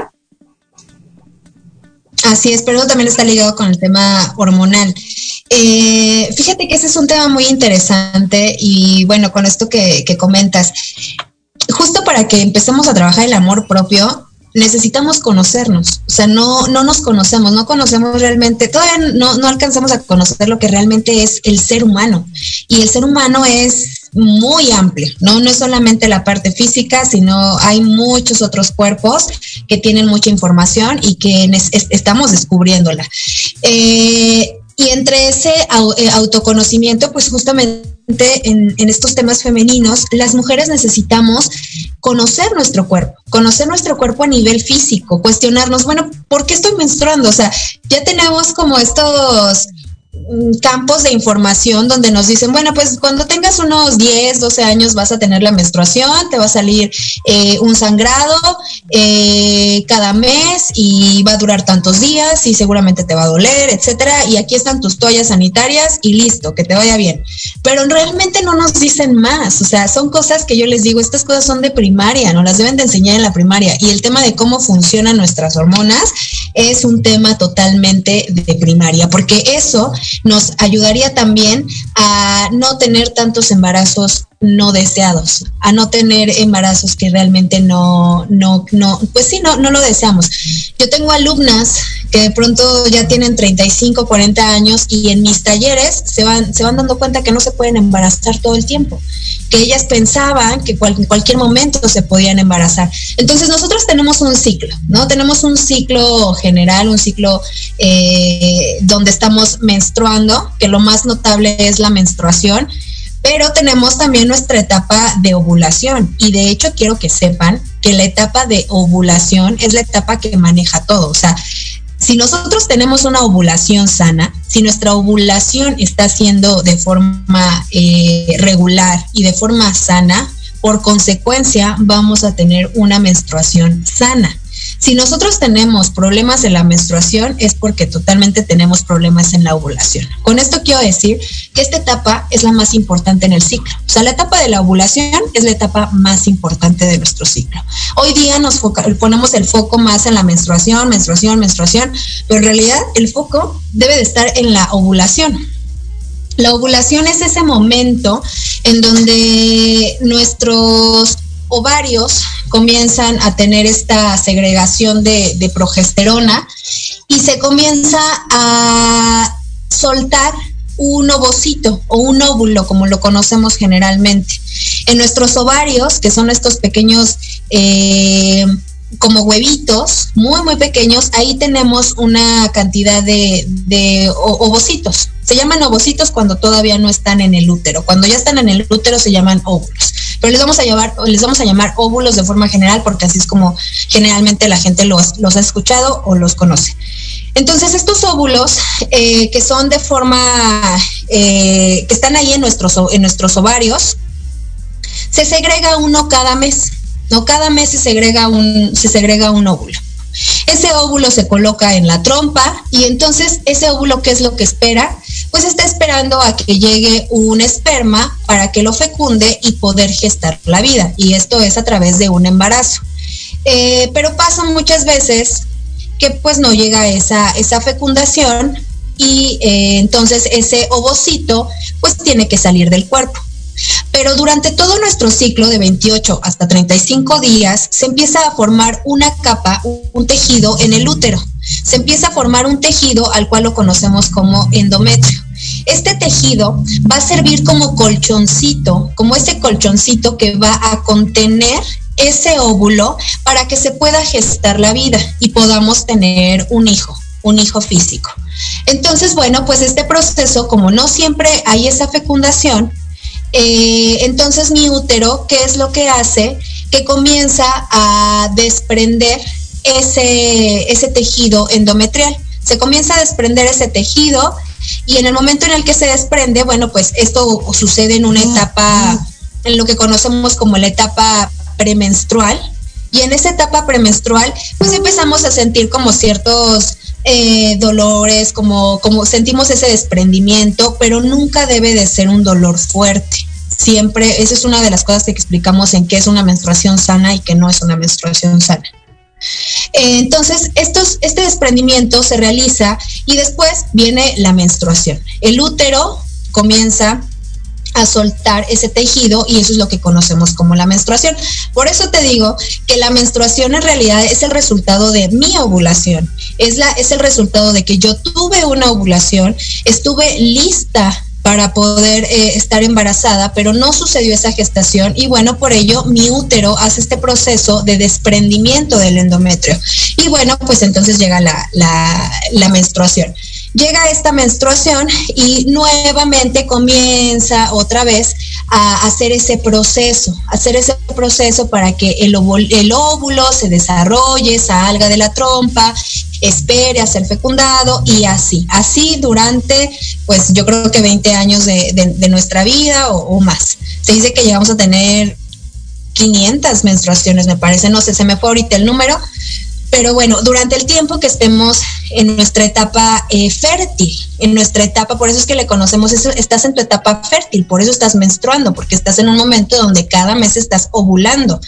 Así es, pero también está ligado con el tema hormonal. Eh, fíjate que ese es un tema muy interesante y bueno, con esto que, que comentas, justo para que empecemos a trabajar el amor propio, necesitamos conocernos, o sea, no, no nos conocemos, no conocemos realmente, todavía no, no alcanzamos a conocer lo que realmente es el ser humano, y el ser humano es muy amplio, ¿no? No es solamente la parte física, sino hay muchos otros cuerpos que tienen mucha información y que es, estamos descubriéndola. Eh, y entre ese autoconocimiento, pues justamente En, en estos temas femeninos, las mujeres necesitamos conocer nuestro cuerpo, conocer nuestro cuerpo a nivel físico, cuestionarnos, bueno, ¿por qué estoy menstruando? O sea, ya tenemos como estos campos de información donde nos dicen, bueno, pues cuando tengas unos diez, doce años vas a tener la menstruación, te va a salir eh, un sangrado eh, cada mes y va a durar tantos días y seguramente te va a doler, etcétera, y aquí están tus toallas sanitarias y listo, que te vaya bien. Pero realmente no nos dicen más, o sea, son cosas que yo les digo, estas cosas son de primaria, no las deben de enseñar en la primaria, y el tema de cómo funcionan nuestras hormonas es un tema totalmente de primaria, porque eso nos ayudaría también a no tener tantos embarazos no deseados, a no tener embarazos que realmente no, no, no, pues sí, no, no lo deseamos. Yo tengo alumnas que de pronto ya tienen treinta y cinco, cuarenta años y en mis talleres se van, se van dando cuenta que no se pueden embarazar todo el tiempo, que ellas pensaban que cual, en cualquier momento se podían embarazar. Entonces nosotros tenemos un ciclo, ¿no? Tenemos un ciclo general, un ciclo eh, donde estamos menstruando, que lo más notable es la menstruación, pero tenemos también nuestra etapa de ovulación y de hecho quiero que sepan que la etapa de ovulación es la etapa que maneja todo. O sea, si nosotros tenemos una ovulación sana, si nuestra ovulación está haciendo de forma eh, regular y de forma sana, por consecuencia vamos a tener una menstruación sana. Si nosotros tenemos problemas en la menstruación es porque totalmente tenemos problemas en la ovulación. Con esto quiero decir que esta etapa es la más importante en el ciclo. O sea, la etapa de la ovulación es la etapa más importante de nuestro ciclo. Hoy día nos foca- ponemos el foco más en la menstruación, menstruación, menstruación, pero en realidad el foco debe de estar en la ovulación. La ovulación es ese momento en donde nuestros ovarios comienzan a tener esta segregación de, de progesterona y se comienza a soltar un ovocito o un óvulo, como lo conocemos generalmente. En nuestros ovarios, que son estos pequeños eh, como huevitos, muy muy pequeños, ahí tenemos una cantidad de, de ovocitos. Se llaman ovocitos cuando todavía no están en el útero. Cuando ya están en el útero se llaman óvulos. Pero les vamos a llamar, les vamos a llamar óvulos de forma general porque así es como generalmente la gente los, los ha escuchado o los conoce. Entonces estos óvulos eh, que son de forma, eh, que están ahí en nuestros, en nuestros ovarios, se segrega uno cada mes, ¿no? Cada mes se segrega un, se segrega un óvulo. Ese óvulo se coloca en la trompa y entonces ese óvulo, ¿qué es lo que espera? Pues está esperando a que llegue un esperma para que lo fecunde y poder gestar la vida. Y esto es a través de un embarazo. Eh, pero pasa muchas veces que pues no llega esa, esa fecundación y eh, entonces ese ovocito pues tiene que salir del cuerpo. Pero durante todo nuestro ciclo de veintiocho hasta treinta y cinco días se empieza a formar una capa, un tejido en el útero. Se empieza a formar un tejido al cual lo conocemos como endometrio. Este tejido va a servir como colchoncito, como ese colchoncito que va a contener ese óvulo para que se pueda gestar la vida y podamos tener un hijo, un hijo físico. Entonces, bueno, pues este proceso, como no siempre hay esa fecundación, Eh, entonces mi útero, ¿qué es lo que hace? Que comienza a desprender ese, ese tejido endometrial. Se comienza a desprender ese tejido y en el momento en el que se desprende, bueno, pues esto sucede en una etapa, en lo que conocemos como la etapa premenstrual. Y en esa etapa premenstrual, pues empezamos a sentir como ciertos Eh, dolores, como, como sentimos ese desprendimiento, pero nunca debe de ser un dolor fuerte. Siempre, esa es una de las cosas que explicamos en qué es una menstruación sana y qué no es una menstruación sana. Eh, entonces, estos, este desprendimiento se realiza y después viene la menstruación. El útero comienza a soltar ese tejido y eso es lo que conocemos como la menstruación. Por eso te digo que la menstruación en realidad es el resultado de mi ovulación, es, la, es el resultado de que yo tuve una ovulación, estuve lista para poder eh, estar embarazada, pero no sucedió esa gestación y bueno, por ello mi útero hace este proceso de desprendimiento del endometrio y bueno, pues entonces llega la, la, la menstruación. Llega esta menstruación y nuevamente comienza otra vez a hacer ese proceso, hacer ese proceso para que el óvulo, el óvulo se desarrolle, salga de la trompa, espere a ser fecundado y así, así durante, pues yo creo que veinte años de, de, de nuestra vida o, o más. Se dice que llegamos a tener quinientas menstruaciones, me parece, no sé, se me fue ahorita el número. Pero bueno, durante el tiempo que estemos en nuestra etapa eh, fértil, en nuestra etapa, por eso es que le conocemos, eso, estás en tu etapa fértil, por eso estás menstruando, porque estás en un momento donde cada mes estás ovulando.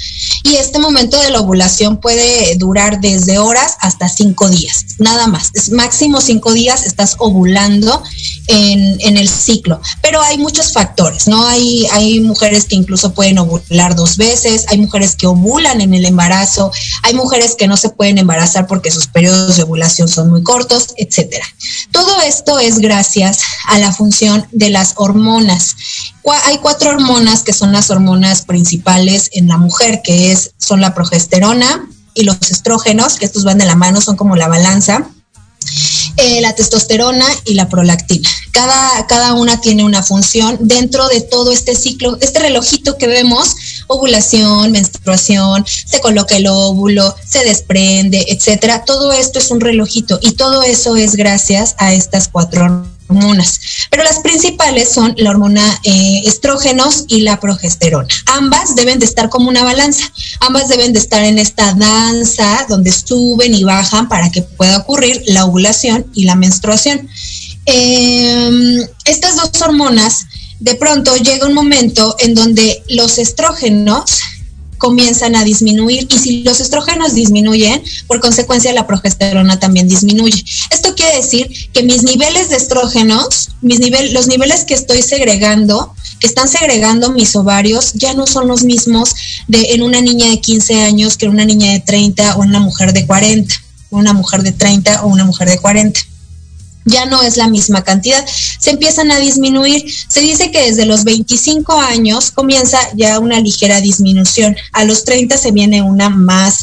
y este momento de la ovulación puede durar desde horas hasta cinco días, nada más. Es máximo cinco días estás ovulando en, en el ciclo, pero hay muchos factores, ¿no? Hay, hay mujeres que incluso pueden ovular dos veces, hay mujeres que ovulan en el embarazo, hay mujeres que no se pueden embarazar porque sus periodos de ovulación son muy cortos, etcétera. Todo esto es gracias a la función de las hormonas. Hay cuatro hormonas que son las hormonas principales en la mujer, que es, son la progesterona y los estrógenos, que estos van de la mano, son como la balanza, eh, la testosterona y la prolactina. Cada, cada una tiene una función dentro de todo este ciclo, este relojito que vemos, ovulación, menstruación, se coloca el óvulo, se desprende, etcétera. Todo esto es un relojito y todo eso es gracias a estas cuatro hormonas. hormonas, pero las principales son la hormona eh, estrógenos y la progesterona. Ambas deben de estar como una balanza, ambas deben de estar en esta danza donde suben y bajan para que pueda ocurrir la ovulación y la menstruación. Eh, estas dos hormonas, de pronto llega un momento en donde los estrógenos comienzan a disminuir, y si los estrógenos disminuyen, por consecuencia la progesterona también disminuye. Esto quiere decir que mis niveles de estrógenos, mis nivel, los niveles que estoy segregando, que están segregando mis ovarios, ya no son los mismos de en una niña de quince años que en una niña de treinta o en una mujer de cuarenta, una mujer de treinta o una mujer de cuarenta. Ya no es la misma cantidad, se empiezan a disminuir. Se dice que desde los veinticinco años comienza ya una ligera disminución, a los treinta se viene una más,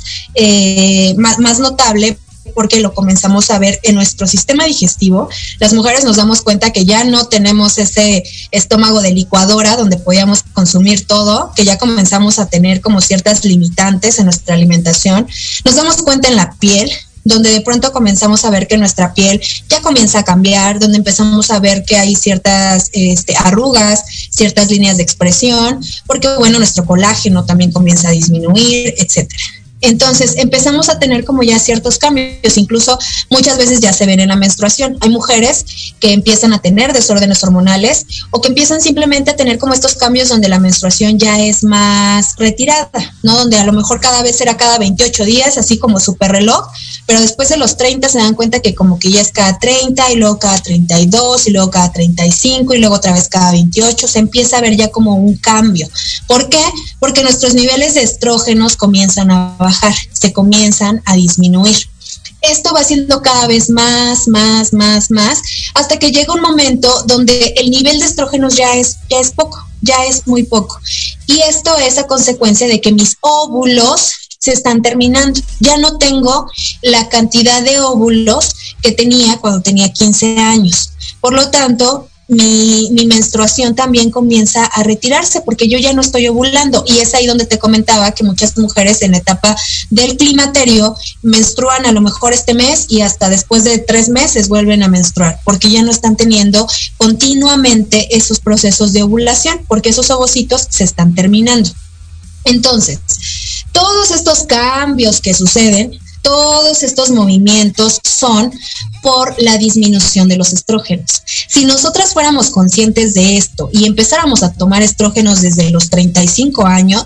eh, más, más notable, porque lo comenzamos a ver en nuestro sistema digestivo. Las mujeres nos damos cuenta que ya no tenemos ese estómago de licuadora donde podíamos consumir todo, que ya comenzamos a tener como ciertas limitantes en nuestra alimentación. Nos damos cuenta en la piel, donde de pronto comenzamos a ver que nuestra piel ya comienza a cambiar, donde empezamos a ver que hay ciertas este, arrugas, ciertas líneas de expresión, porque bueno, nuestro colágeno también comienza a disminuir, etcétera. Entonces empezamos a tener como ya ciertos cambios, incluso muchas veces ya se ven en la menstruación. Hay mujeres que empiezan a tener desórdenes hormonales o que empiezan simplemente a tener como estos cambios donde la menstruación ya es más retirada, ¿no? Donde a lo mejor cada vez era cada veintiocho días, así como super reloj, pero después de los treinta se dan cuenta que como que ya es cada treinta y luego cada treinta y dos y luego cada treinta y cinco y luego otra vez cada veintiocho. Se empieza a ver ya como un cambio. ¿Por qué? Porque nuestros niveles de estrógenos comienzan a bajar, se comienzan a disminuir. Esto va siendo cada vez más, más, más, más, hasta que llega un momento donde el nivel de estrógenos ya es, ya es poco, ya es muy poco. Y esto es a consecuencia de que mis óvulos se están terminando. Ya no tengo la cantidad de óvulos que tenía cuando tenía quince años. Por lo tanto, Mi, mi menstruación también comienza a retirarse porque yo ya no estoy ovulando, y es ahí donde te comentaba que muchas mujeres en la etapa del climaterio menstruan a lo mejor este mes y hasta después de tres meses vuelven a menstruar porque ya no están teniendo continuamente esos procesos de ovulación, porque esos ovocitos se están terminando. Entonces, todos estos cambios que suceden, todos estos movimientos son por la disminución de los estrógenos. Si nosotras fuéramos conscientes de esto y empezáramos a tomar estrógenos desde los treinta y cinco años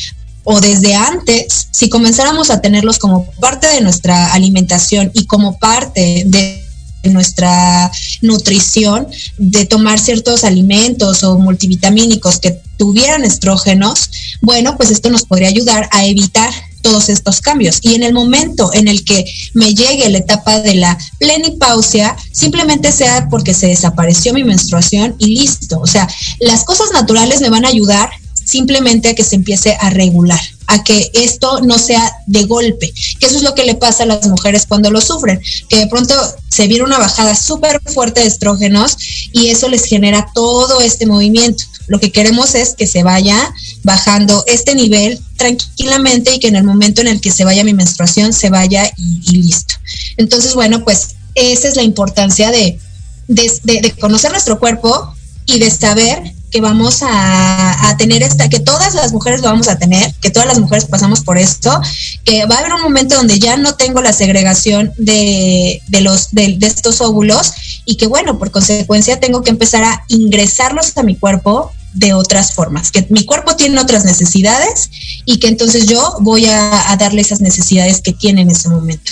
o desde antes, si comenzáramos a tenerlos como parte de nuestra alimentación y como parte de nuestra nutrición, de tomar ciertos alimentos o multivitamínicos que tuvieran estrógenos, bueno, pues esto nos podría ayudar a evitar todos estos cambios. Y en el momento en el que me llegue la etapa de la plenipausia, simplemente sea porque se desapareció mi menstruación y listo. O sea, las cosas naturales me van a ayudar simplemente a que se empiece a regular, a que esto no sea de golpe, que eso es lo que le pasa a las mujeres cuando lo sufren, que de pronto se viene una bajada súper fuerte de estrógenos y eso les genera todo este movimiento. Lo que queremos es que se vaya bajando este nivel tranquilamente y que en el momento en el que se vaya mi menstruación se vaya y, y listo. Entonces, bueno, pues esa es la importancia de, de, de, de conocer nuestro cuerpo y de saber que vamos a, a tener esta, que todas las mujeres lo vamos a tener, que todas las mujeres pasamos por esto, que va a haber un momento donde ya no tengo la segregación de, de los de, de estos óvulos y que bueno, por consecuencia tengo que empezar a ingresarlos a mi cuerpo de otras formas, que mi cuerpo tiene otras necesidades y que entonces yo voy a, a darle esas necesidades que tiene en ese momento.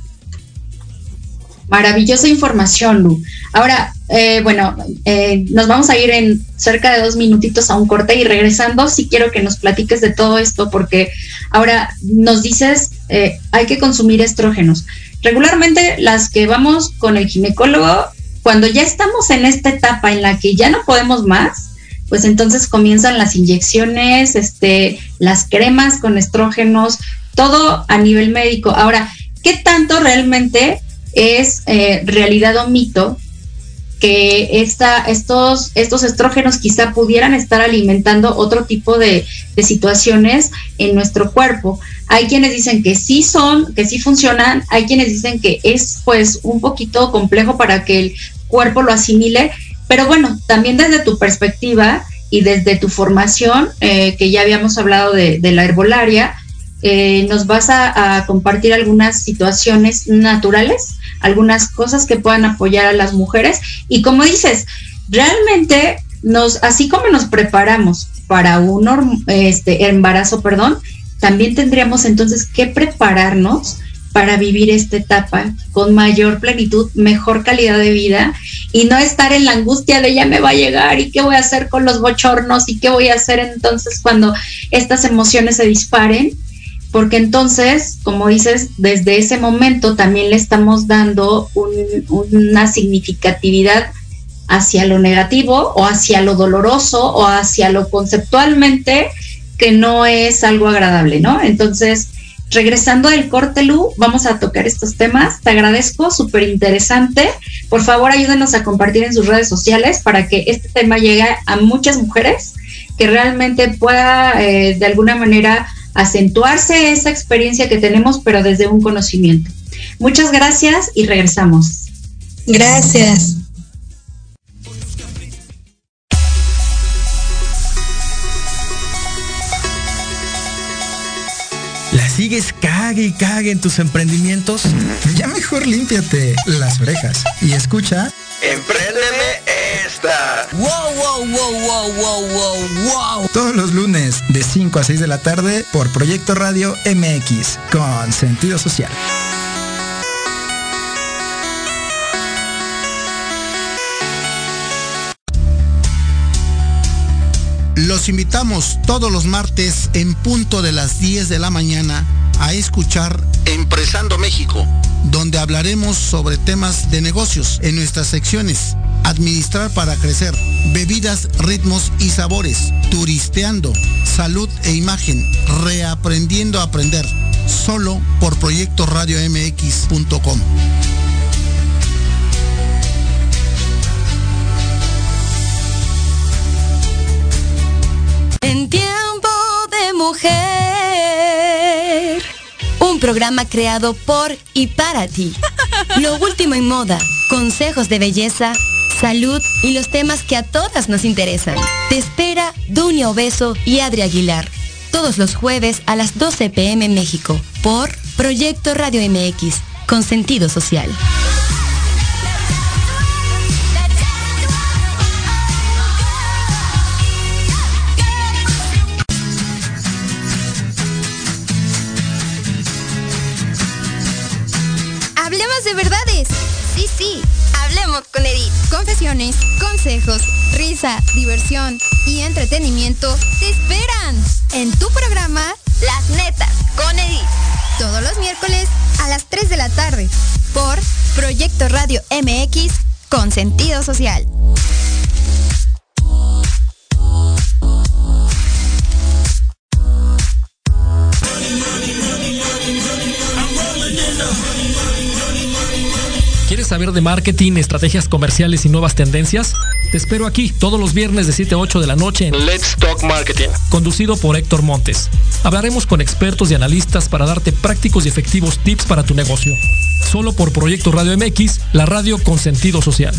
Maravillosa información, Lu. Ahora, eh, bueno, eh, nos vamos a ir en cerca de dos minutitos a un corte y regresando, sí quiero que nos platiques de todo esto porque ahora nos dices, eh, hay que consumir estrógenos. Regularmente las que vamos con el ginecólogo, cuando ya estamos en esta etapa en la que ya no podemos más, pues entonces comienzan las inyecciones, este, las cremas con estrógenos, todo a nivel médico. Ahora, ¿qué tanto realmente es eh, realidad o mito que esta, estos, estos estrógenos quizá pudieran estar alimentando otro tipo de, de situaciones en nuestro cuerpo? Hay quienes dicen que sí son, que sí funcionan, hay quienes dicen que es pues un poquito complejo para que el cuerpo lo asimile, pero bueno, también desde tu perspectiva y desde tu formación, eh, que ya habíamos hablado de, de la herbolaria, eh, nos vas a, a compartir algunas situaciones naturales, algunas cosas que puedan apoyar a las mujeres. Y como dices, realmente nos, así como nos preparamos para un este, embarazo, perdón, también tendríamos entonces que prepararnos para vivir esta etapa con mayor plenitud, mejor calidad de vida y no estar en la angustia de ya me va a llegar y qué voy a hacer con los bochornos y qué voy a hacer entonces cuando estas emociones se disparen, porque entonces, como dices, desde ese momento también le estamos dando un, una significatividad hacia lo negativo o hacia lo doloroso o hacia lo conceptualmente que no es algo agradable, ¿no? Entonces, regresando del corte, Lu, vamos a tocar estos temas. Te agradezco, súper interesante. Por favor, ayúdenos a compartir en sus redes sociales para que este tema llegue a muchas mujeres, que realmente pueda eh, de alguna manera acentuarse esa experiencia que tenemos, pero desde un conocimiento. Muchas gracias y regresamos. Gracias. ¿La sigues cague y cague en tus emprendimientos? Ya mejor límpiate las orejas y escucha ¡Empréndeme esta! ¡Wow, wow, wow, wow, wow, wow, wow! todos los lunes de cinco a seis de la tarde por Proyecto Radio M X con sentido social. Los invitamos todos los martes en punto de las diez de la mañana a escuchar Empresando México, donde hablaremos sobre temas de negocios en nuestras secciones: Administrar para crecer, Bebidas, ritmos y sabores, Turisteando, Salud e imagen, Reaprendiendo a aprender, solo por proyecto radio m x punto com. En tiempo de mujer. Un programa creado por y para ti. Lo último en moda, consejos de belleza, salud y los temas que a todas nos interesan. Te espera Dunia Obeso y Adri Aguilar. Todos los jueves a las doce pe eme en México. Por Proyecto Radio M X, con sentido social. Hablemos de verdades. Sí, sí, hablemos con Edith. Confesiones, consejos, risa, diversión y entretenimiento te esperan en tu programa Las Netas con Edith. Todos los miércoles a las tres de la tarde por Proyecto Radio M X con sentido social. ¿Quieres saber de marketing, estrategias comerciales y nuevas tendencias? Te espero aquí todos los viernes de siete a ocho de la noche en Let's Talk Marketing, conducido por Héctor Montes. Hablaremos con expertos y analistas para darte prácticos y efectivos tips para tu negocio. Solo por Proyecto Radio M X, la radio con sentido social.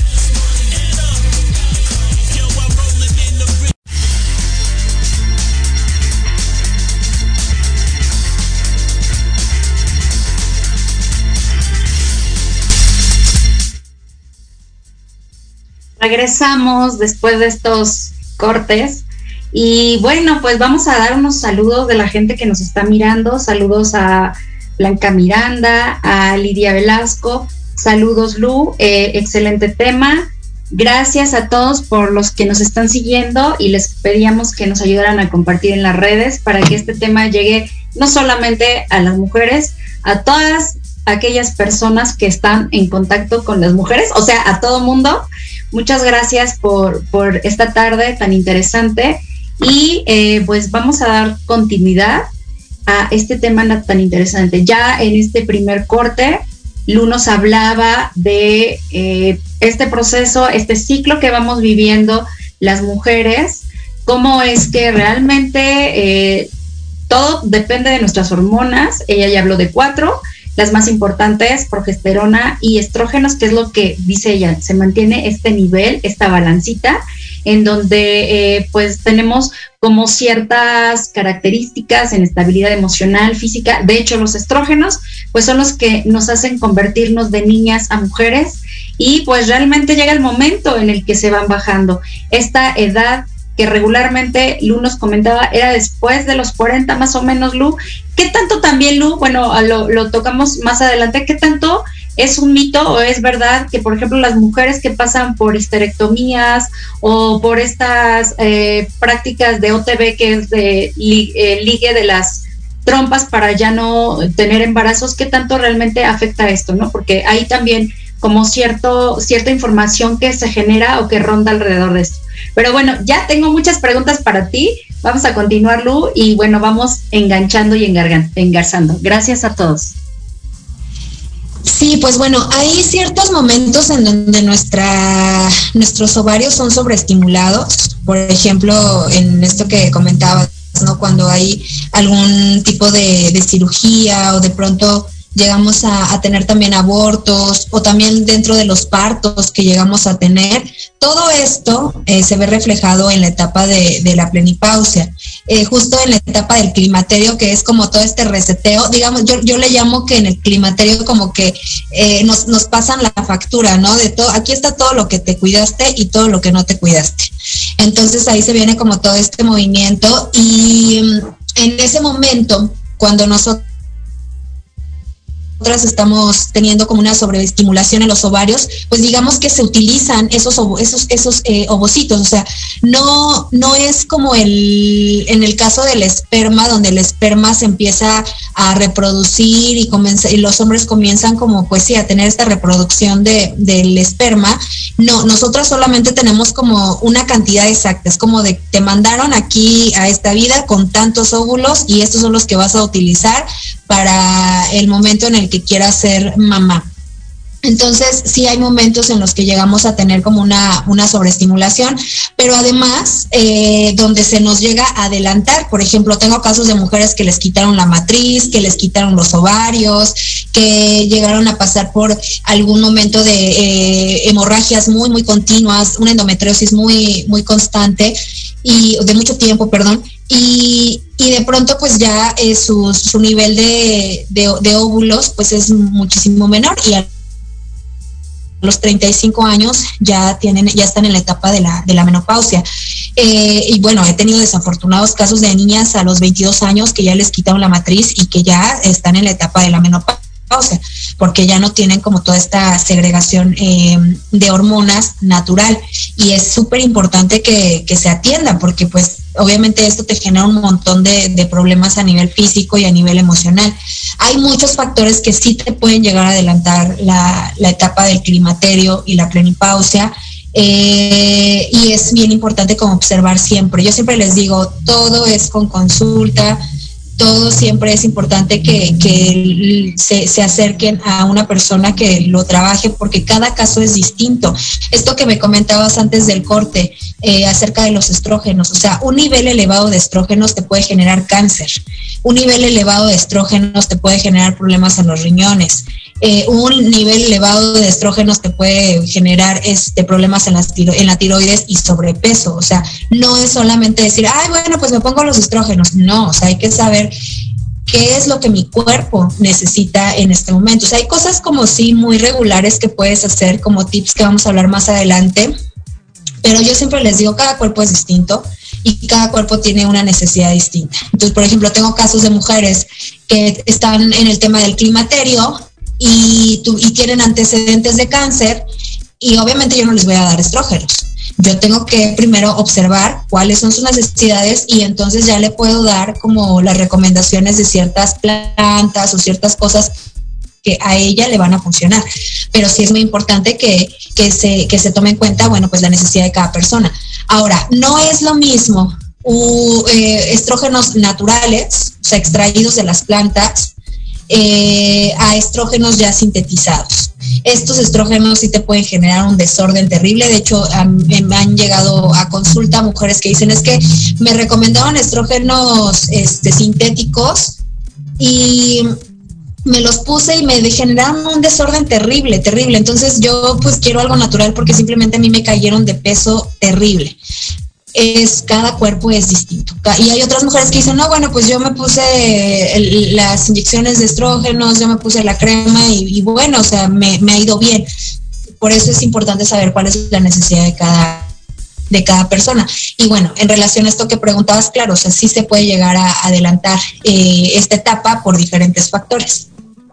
Regresamos después de estos cortes Y bueno, pues vamos a dar unos saludos de la gente que nos está mirando. Saludos a Blanca Miranda, a Lidia Velasco. Saludos, Lu. Eh, excelente tema. Gracias a todos por los que nos están siguiendo y les pedíamos que nos ayudaran a compartir en las redes para que este tema llegue no solamente a las mujeres, a todas aquellas personas que están en contacto con las mujeres, o sea, a todo mundo. Muchas gracias por, por esta tarde tan interesante y eh, pues vamos a dar continuidad a este tema tan interesante. Ya en este primer corte, Lu nos hablaba de eh, este proceso, este ciclo que vamos viviendo las mujeres, cómo es que realmente eh, todo depende de nuestras hormonas. Ella ya habló de cuatro, las más importantes, progesterona y estrógenos, que es lo que dice ella, se mantiene este nivel, esta balancita, en donde eh, pues tenemos como ciertas características en estabilidad emocional, física. De hecho, los estrógenos pues son los que nos hacen convertirnos de niñas a mujeres y pues realmente llega el momento en el que se van bajando. Esta edad que regularmente Lu nos comentaba era después de los cuarenta más o menos, Lu. ¿Qué tanto también, Lu, bueno, lo, lo tocamos más adelante, qué tanto es un mito o es verdad que, por ejemplo, las mujeres que pasan por histerectomías o por estas eh, prácticas de O T B, que es de li, eh, ligue de las trompas para ya no tener embarazos, qué tanto realmente afecta esto, ¿no? Porque hay también como cierto, cierta información que se genera o que ronda alrededor de esto. Pero bueno, ya tengo muchas preguntas para ti. Vamos a continuar, Lu, y bueno, vamos enganchando y engarzando. Gracias a todos. Sí, pues bueno, hay ciertos momentos en donde nuestra, nuestros ovarios son sobreestimulados. Por ejemplo, en esto que comentabas, ¿no? Cuando hay algún tipo de, de cirugía o de pronto llegamos a, a tener también abortos o también dentro de los partos que llegamos a tener, todo esto eh, se ve reflejado en la etapa de, de la plenipausia, eh, justo en la etapa del climaterio, que es como todo este reseteo, digamos, yo, yo le llamo que en el climaterio como que eh, nos, nos pasan la factura, ¿no? De todo, aquí está todo lo que te cuidaste y todo lo que no te cuidaste. Entonces ahí se viene como todo este movimiento y en ese momento, cuando nosotros nosotras estamos teniendo como una sobreestimulación en los ovarios, pues digamos que se utilizan esos esos esos eh, ovocitos, o sea, no no es como el en el caso del esperma, donde el esperma se empieza a reproducir y comienza, y los hombres comienzan como pues sí a tener esta reproducción de del esperma. No, nosotras solamente tenemos como una cantidad exacta, es como de te mandaron aquí a esta vida con tantos óvulos y estos son los que vas a utilizar para el momento en el que quieras ser mamá. Entonces, sí hay momentos en los que llegamos a tener como una, una sobreestimulación, pero además, eh, donde se nos llega a adelantar. Por ejemplo, tengo casos de mujeres que les quitaron la matriz, que les quitaron los ovarios, que llegaron a pasar por algún momento de eh, hemorragias muy, muy continuas, una endometriosis muy, muy constante y de mucho tiempo, perdón. Y, y de pronto pues ya eh, su, su nivel de, de, de óvulos pues es muchísimo menor y a los treinta y cinco años ya tienen, ya están en la etapa de la, de la menopausia. Eh, y bueno, he tenido desafortunados casos de niñas a los veintidós años que ya les quitaron la matriz y que ya están en la etapa de la menopausia, porque ya no tienen como toda esta segregación eh, de hormonas natural. Y es súper importante que, que se atienda, porque pues obviamente esto te genera un montón de, de problemas a nivel físico y a nivel emocional. Hay muchos factores que sí te pueden llegar a adelantar la, la etapa del climaterio y la plenipausia. Eh, y es bien importante como observar siempre. Yo siempre les digo, todo es con consulta, todo siempre es importante que, que se, se acerquen a una persona que lo trabaje, porque cada caso es distinto. Esto que me comentabas antes del corte, eh, acerca de los estrógenos, o sea, un nivel elevado de estrógenos te puede generar cáncer, un nivel elevado de estrógenos te puede generar problemas en los riñones, eh, un nivel elevado de estrógenos te puede generar este, problemas en, las tiro, en la tiroides y sobrepeso. O sea, no es solamente decir, ay, bueno, pues me pongo los estrógenos. No, o sea, hay que saber qué es lo que mi cuerpo necesita en este momento. O sea, hay cosas como sí muy regulares que puedes hacer, como tips que vamos a hablar más adelante, pero yo siempre les digo, cada cuerpo es distinto y cada cuerpo tiene una necesidad distinta. Entonces, por ejemplo, tengo casos de mujeres que están en el tema del climaterio y, tu, y tienen antecedentes de cáncer, y obviamente yo no les voy a dar estrógenos. Yo tengo que primero observar cuáles son sus necesidades y entonces ya le puedo dar como las recomendaciones de ciertas plantas o ciertas cosas que a ella le van a funcionar. Pero sí es muy importante que, que, se, que se tome en cuenta, bueno, pues la necesidad de cada persona. Ahora, no es lo mismo uh, eh, estrógenos naturales, o sea, extraídos de las plantas, eh, a estrógenos ya sintetizados. Estos estrógenos sí te pueden generar un desorden terrible. De hecho, um, me han llegado a consulta mujeres que dicen, es que me recomendaban estrógenos este, sintéticos y me los puse y me generaron un desorden terrible, terrible. Entonces yo pues quiero algo natural porque simplemente a mí me cayeron de peso terrible. Es, cada cuerpo es distinto. Y hay otras mujeres que dicen, no, bueno, pues yo me puse el, las inyecciones de estrógenos, yo me puse la crema y, y bueno, o sea, me, me ha ido bien. Por eso es importante saber cuál es la necesidad de cada, de cada persona. Y bueno, en relación a esto que preguntabas, claro, o sea, sí se puede llegar a adelantar eh, esta etapa por diferentes factores.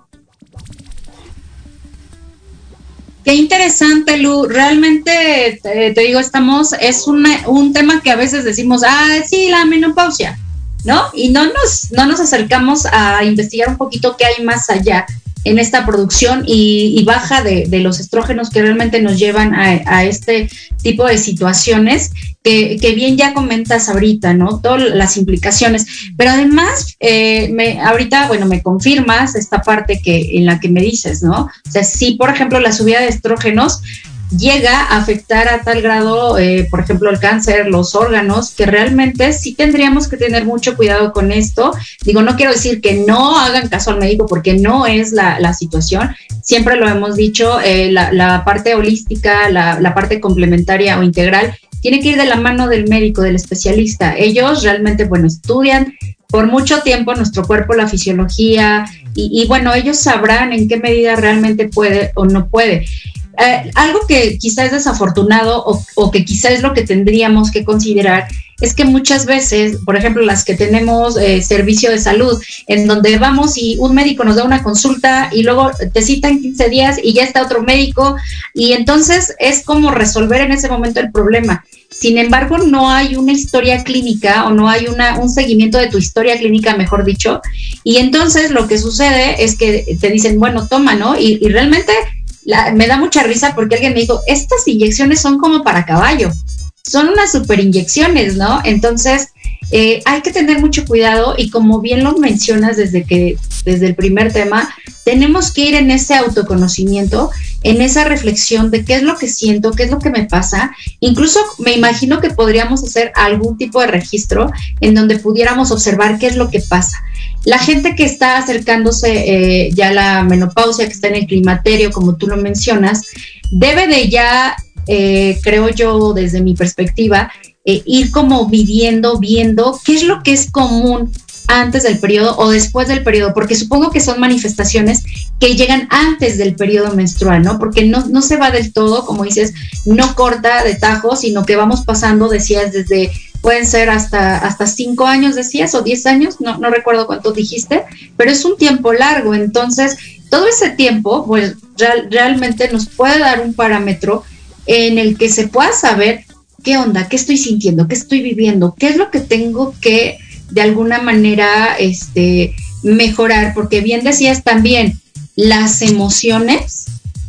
Qué interesante, Lu. Realmente, te, te digo, estamos, es una, un tema que a veces decimos, ah, sí, la menopausia, ¿no? Y no nos, no nos acercamos a investigar un poquito qué hay más allá en esta producción y, y baja de, de los estrógenos que realmente nos llevan a, a este tipo de situaciones que, que bien ya comentas ahorita, ¿no? Todas las implicaciones. Pero además, eh, me, ahorita, bueno, me confirmas esta parte que en la que me dices, ¿no? O sea, si, por ejemplo, la subida de estrógenos llega a afectar a tal grado, eh, por ejemplo, el cáncer, los órganos, que realmente sí tendríamos que tener mucho cuidado con esto. Digo, no quiero decir que no hagan caso al médico porque no es la, la situación. Siempre lo hemos dicho, eh, la, la parte holística, la, la parte complementaria o integral, tiene que ir de la mano del médico, del especialista. Ellos realmente, bueno, estudian por mucho tiempo nuestro cuerpo, la fisiología, y, y bueno, ellos sabrán en qué medida realmente puede o no puede. Eh, algo que quizás es desafortunado o, o que quizás es lo que tendríamos que considerar es que muchas veces, por ejemplo, las que tenemos eh, servicio de salud, en donde vamos y un médico nos da una consulta y luego te citan quince días y ya está otro médico y entonces es como resolver en ese momento el problema. Sin embargo, no hay una historia clínica o no hay una, un seguimiento de tu historia clínica, mejor dicho, y entonces lo que sucede es que te dicen, bueno, toma, ¿no? Y, y realmente la, me da mucha risa porque alguien me dijo, estas inyecciones son como para caballo. Son unas super inyecciones, ¿no? Entonces, eh, hay que tener mucho cuidado y como bien lo mencionas desde que, desde el primer tema, tenemos que ir en ese autoconocimiento, en esa reflexión de qué es lo que siento, qué es lo que me pasa. Incluso me imagino que podríamos hacer algún tipo de registro en donde pudiéramos observar qué es lo que pasa. La gente que está acercándose eh, ya a la menopausia, que está en el climaterio, como tú lo mencionas, debe de ya... Eh, creo yo, desde mi perspectiva, eh, ir como midiendo, viendo qué es lo que es común antes del periodo o después del periodo, porque supongo que son manifestaciones que llegan antes del periodo menstrual, ¿no? Porque no, no se va del todo, como dices, no corta de tajo, sino que vamos pasando, decías, desde, pueden ser hasta, hasta cinco años, decías, o diez años, no, no recuerdo cuánto dijiste, pero es un tiempo largo, entonces, todo ese tiempo, pues, real, realmente nos puede dar un parámetro en el que se pueda saber qué onda, qué estoy sintiendo, qué estoy viviendo, qué es lo que tengo que de alguna manera este, mejorar, porque bien decías también, las emociones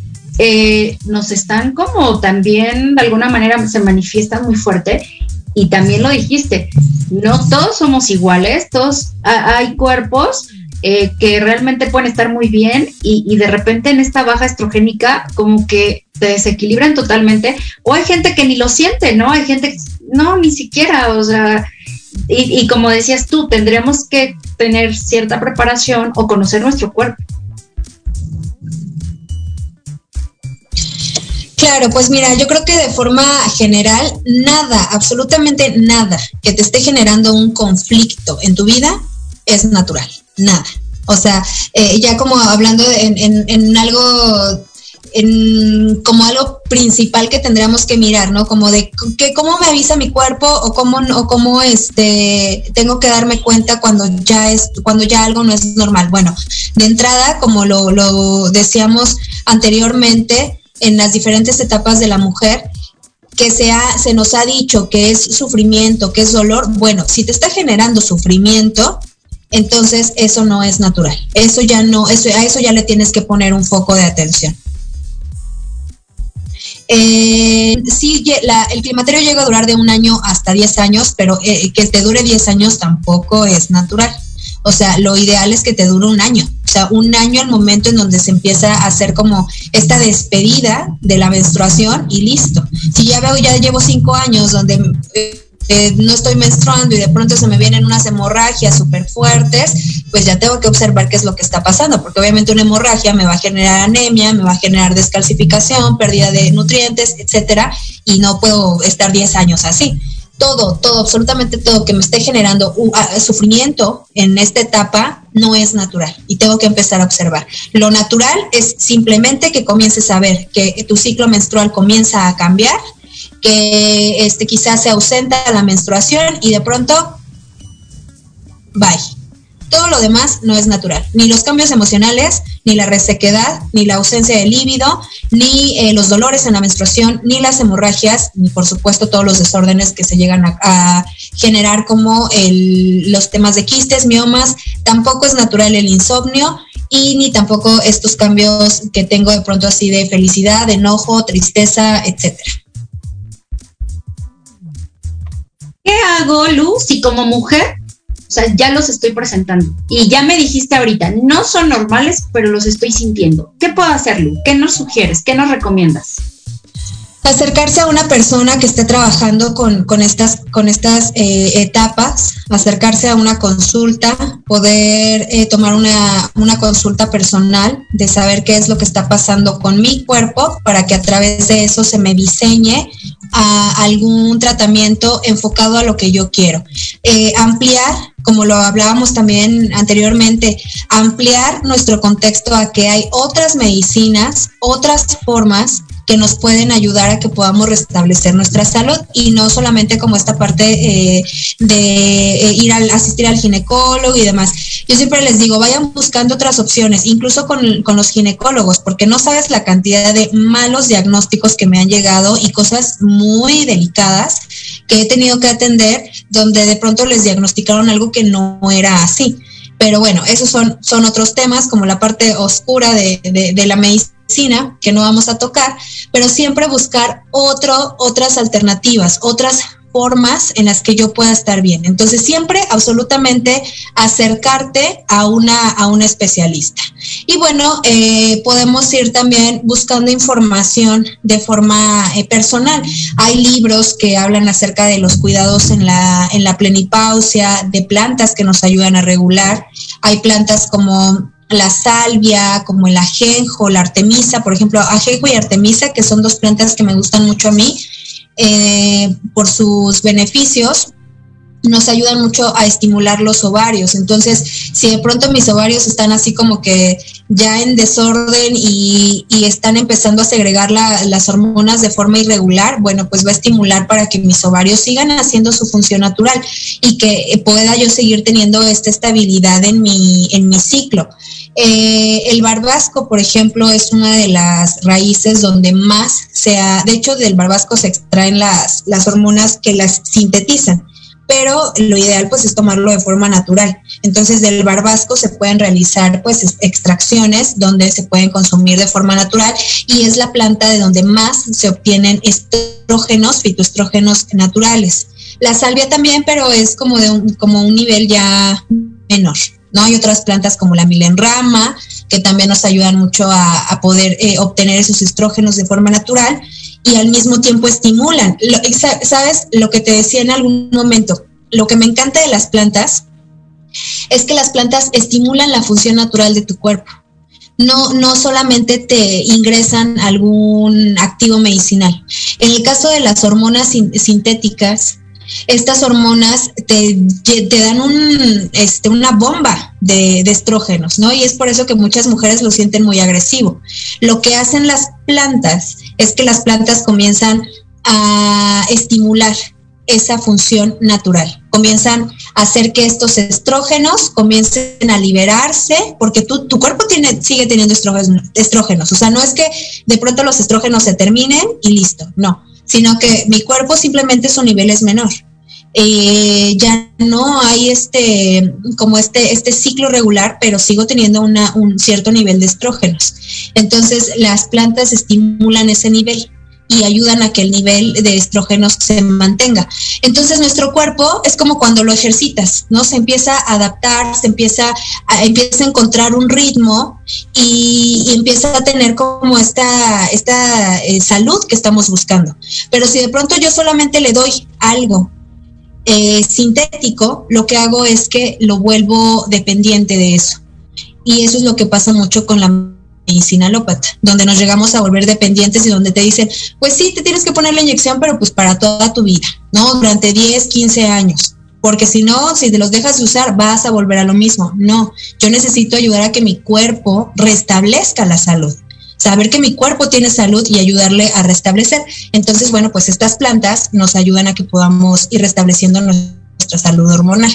eh, nos están como también de alguna manera se manifiestan muy fuerte y también lo dijiste, no todos somos iguales, todos a, hay cuerpos eh, que realmente pueden estar muy bien y, y de repente en esta baja estrogénica como que se desequilibran totalmente, o hay gente que ni lo siente, ¿no? Hay gente que no, ni siquiera, o sea, y, y como decías tú, tendríamos que tener cierta preparación o conocer nuestro cuerpo. Claro, pues mira, yo creo que de forma general, nada, absolutamente nada que te esté generando un conflicto en tu vida es natural, nada. O sea, eh, ya como hablando en, en, en algo en, como algo principal que tendríamos que mirar, ¿no? Como de que cómo me avisa mi cuerpo o cómo, o cómo este, tengo que darme cuenta cuando ya es, cuando ya algo no es normal. Bueno, de entrada, como lo, lo decíamos anteriormente, en las diferentes etapas de la mujer, que se, ha, se nos ha dicho que es sufrimiento, que es dolor. Bueno, si te está generando sufrimiento, entonces eso no es natural. Eso ya no, eso, a eso ya le tienes que poner un foco de atención. Eh, sí, la, el climaterio llega a durar de un año hasta diez años, pero eh, que te dure diez años tampoco es natural. O sea, lo ideal es que te dure un año. O sea, un año al momento en donde se empieza a hacer como esta despedida de la menstruación y listo. Si ya veo, ya llevo cinco años donde eh, eh, no estoy menstruando y de pronto se me vienen unas hemorragias súper fuertes, pues ya tengo que observar qué es lo que está pasando, porque obviamente una hemorragia me va a generar anemia, me va a generar descalcificación, pérdida de nutrientes, etcétera, y no puedo estar diez años así. Todo, todo, absolutamente todo que me esté generando uh, uh, sufrimiento en esta etapa no es natural y tengo que empezar a observar. Lo natural es simplemente que comiences a ver que tu ciclo menstrual comienza a cambiar, que este, quizás se ausenta la menstruación y de pronto, bye. Todo lo demás no es natural, ni los cambios emocionales, ni la resequedad, ni la ausencia de líbido, ni eh, los dolores en la menstruación, ni las hemorragias, ni por supuesto todos los desórdenes que se llegan a, a generar como el, los temas de quistes, miomas. Tampoco es natural el insomnio y ni tampoco estos cambios que tengo de pronto así de felicidad, de enojo, tristeza, etcétera. ¿Qué hago, Lu, si como mujer, o sea, ya los estoy presentando y ya me dijiste ahorita, no son normales, pero los estoy sintiendo? ¿Qué puedo hacer, Lu? ¿Qué nos sugieres? ¿Qué nos recomiendas? Acercarse a una persona que esté trabajando con, con estas, con estas eh, etapas, acercarse a una consulta, poder eh, tomar una, una consulta personal de saber qué es lo que está pasando con mi cuerpo para que a través de eso se me diseñe a algún tratamiento enfocado a lo que yo quiero. Eh, ampliar, como lo hablábamos también anteriormente, ampliar nuestro contexto a que hay otras medicinas, otras formas que nos pueden ayudar a que podamos restablecer nuestra salud y no solamente como esta parte eh, de eh, ir al asistir al ginecólogo y demás. Yo siempre les digo, vayan buscando otras opciones, incluso con, con los ginecólogos, porque no sabes la cantidad de malos diagnósticos que me han llegado y cosas muy delicadas que he tenido que atender donde de pronto les diagnosticaron algo que no era así. Pero bueno, esos son, son otros temas como la parte oscura de, de, de la medicina, que no vamos a tocar, pero siempre buscar otro, otras alternativas, otras formas en las que yo pueda estar bien. Entonces siempre absolutamente acercarte a una, a una especialista. Y bueno, eh, podemos ir también buscando información de forma eh, personal. Hay libros que hablan acerca de los cuidados en la, en la plenipausia, de plantas que nos ayudan a regular. Hay plantas como la salvia, como el ajenjo, la artemisa, por ejemplo, ajenjo y artemisa, que son dos plantas que me gustan mucho a mí, eh, por sus beneficios, nos ayudan mucho a estimular los ovarios. Entonces, si de pronto mis ovarios están así como que ya en desorden y, y están empezando a segregar la, las hormonas de forma irregular, bueno, pues va a estimular para que mis ovarios sigan haciendo su función natural y que pueda yo seguir teniendo esta estabilidad en mi, en mi ciclo. Eh, el barbasco, por ejemplo, es una de las raíces donde más se ha, de hecho del barbasco se extraen las, las hormonas que las sintetizan, pero lo ideal pues es tomarlo de forma natural. Entonces del barbasco se pueden realizar pues extracciones donde se pueden consumir de forma natural y es la planta de donde más se obtienen estrógenos, fitoestrógenos naturales. La salvia también, pero es como de un, como un nivel ya menor, ¿no? Hay otras plantas como la milenrama que también nos ayudan mucho a, a poder eh, obtener esos estrógenos de forma natural y al mismo tiempo estimulan. Lo, ¿Sabes? Lo que te decía en algún momento, lo que me encanta de las plantas es que las plantas estimulan la función natural de tu cuerpo. No, no solamente te ingresan algún activo medicinal. En el caso de las hormonas sin, sintéticas, estas hormonas te, te dan un, este, una bomba de, de estrógenos, ¿no? Y es por eso que muchas mujeres lo sienten muy agresivo. Lo que hacen las plantas es que las plantas comienzan a estimular esa función natural, comienzan a hacer que estos estrógenos comiencen a liberarse, porque tú, tu cuerpo tiene, sigue teniendo estrógenos, estrógenos, o sea, no es que de pronto los estrógenos se terminen y listo, no, sino que mi cuerpo simplemente su nivel es menor. Eh, ya no hay este como este este ciclo regular, pero sigo teniendo una, un cierto nivel de estrógenos. Entonces las plantas estimulan ese nivel y ayudan a que el nivel de estrógenos se mantenga. Entonces nuestro cuerpo es como cuando lo ejercitas, ¿no? Se empieza a adaptar, se empieza a, empieza a encontrar un ritmo y, y empieza a tener como esta, esta eh, salud que estamos buscando. Pero si de pronto yo solamente le doy algo eh, sintético, lo que hago es que lo vuelvo dependiente de eso. Y eso es lo que pasa mucho con la medicina alópata, donde nos llegamos a volver dependientes y donde te dicen, pues sí, te tienes que poner la inyección, pero pues para toda tu vida, ¿no? Durante diez, quince años, porque si no, si te los dejas de usar, vas a volver a lo mismo. No, yo necesito ayudar a que mi cuerpo restablezca la salud, saber que mi cuerpo tiene salud y ayudarle a restablecer. Entonces, bueno, pues estas plantas nos ayudan a que podamos ir restableciendo nuestra salud hormonal.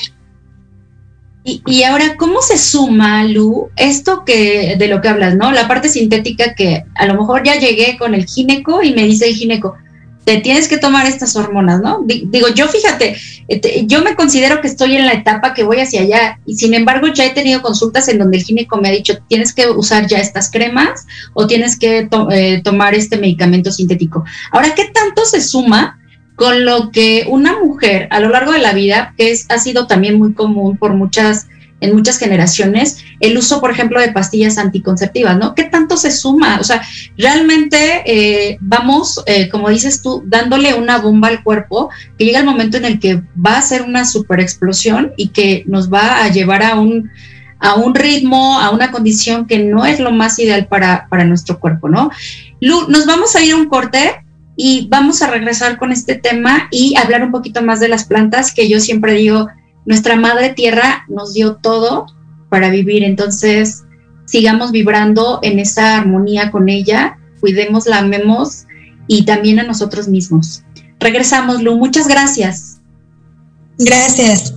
Y, y ahora, ¿cómo se suma, Lu, esto que de lo que hablas, ¿no? La parte sintética que a lo mejor ya llegué con el gineco y me dice el gineco, te tienes que tomar estas hormonas, ¿no? Digo, yo fíjate, yo me considero que estoy en la etapa que voy hacia allá y sin embargo ya he tenido consultas en donde el gineco me ha dicho, tienes que usar ya estas cremas o tienes que to- eh, tomar este medicamento sintético. Ahora, ¿qué tanto se suma con lo que una mujer a lo largo de la vida, que es, ha sido también muy común por muchas, en muchas generaciones, el uso, por ejemplo, de pastillas anticonceptivas, ¿no? ¿Qué tanto se suma? O sea, realmente eh, vamos, eh, como dices tú, dándole una bomba al cuerpo, que llega el momento en el que va a ser una super explosión y que nos va a llevar a un, a un ritmo, a una condición que no es lo más ideal para, para nuestro cuerpo, ¿no? Lu, nos vamos a ir a un corte y vamos a regresar con este tema y hablar un poquito más de las plantas, que yo siempre digo, nuestra madre tierra nos dio todo para vivir, entonces sigamos vibrando en esa armonía con ella, cuidémosla, amemos y también a nosotros mismos. Regresamos, Lu, muchas gracias. Gracias.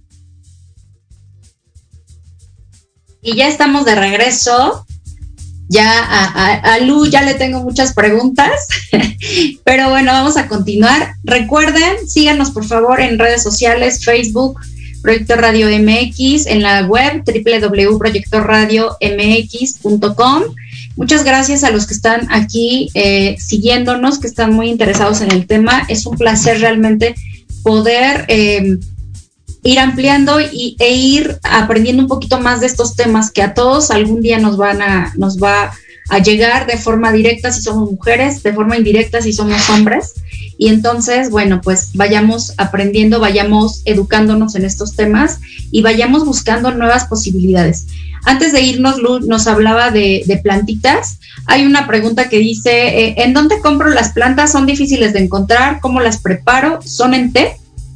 Y ya estamos de regreso. Ya a, a, a Lu ya le tengo muchas preguntas, pero bueno, vamos a continuar. Recuerden, síganos por favor en redes sociales, Facebook, Proyecto Radio M X, en la web doble u doble u doble u punto proyecto radio m x punto com. Muchas gracias a los que están aquí eh, siguiéndonos, que están muy interesados en el tema. Es un placer realmente poder eh, ir ampliando y, e ir aprendiendo un poquito más de estos temas que a todos algún día nos van a, nos va a llegar de forma directa si somos mujeres, de forma indirecta si somos hombres. Y entonces, bueno, pues vayamos aprendiendo, vayamos educándonos en estos temas y vayamos buscando nuevas posibilidades. Antes de irnos, Luz nos hablaba de, de plantitas. Hay una pregunta que dice, eh, ¿en dónde compro las plantas? ¿Son difíciles de encontrar? ¿Cómo las preparo? ¿Son en té?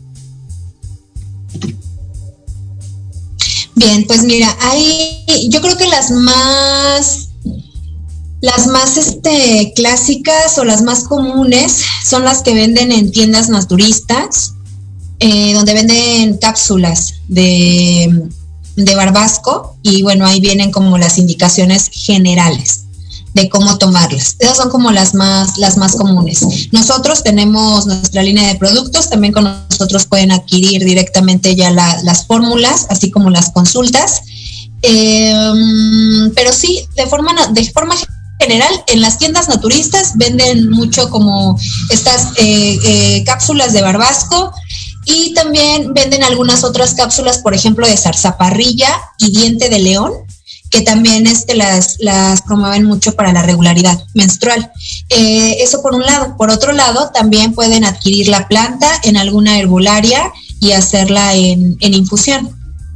Bien, pues mira, hay, yo creo que las más, las más este, clásicas o las más comunes son las que venden en tiendas naturistas, eh, donde venden cápsulas de, de barbasco y bueno, ahí vienen como las indicaciones generales de cómo tomarlas. Esas son como las más, las más comunes. Nosotros tenemos nuestra línea de productos, también con nosotros pueden adquirir directamente ya la, las fórmulas, así como las consultas. Eh, pero sí, de forma, de forma general, en las tiendas naturistas venden mucho como estas eh, eh, cápsulas de barbasco y también venden algunas otras cápsulas, por ejemplo, de zarzaparrilla y diente de león, que también este, las, las promueven mucho para la regularidad menstrual. Eh, eso por un lado. Por otro lado, también pueden adquirir la planta en alguna herbolaria y hacerla en, en infusión.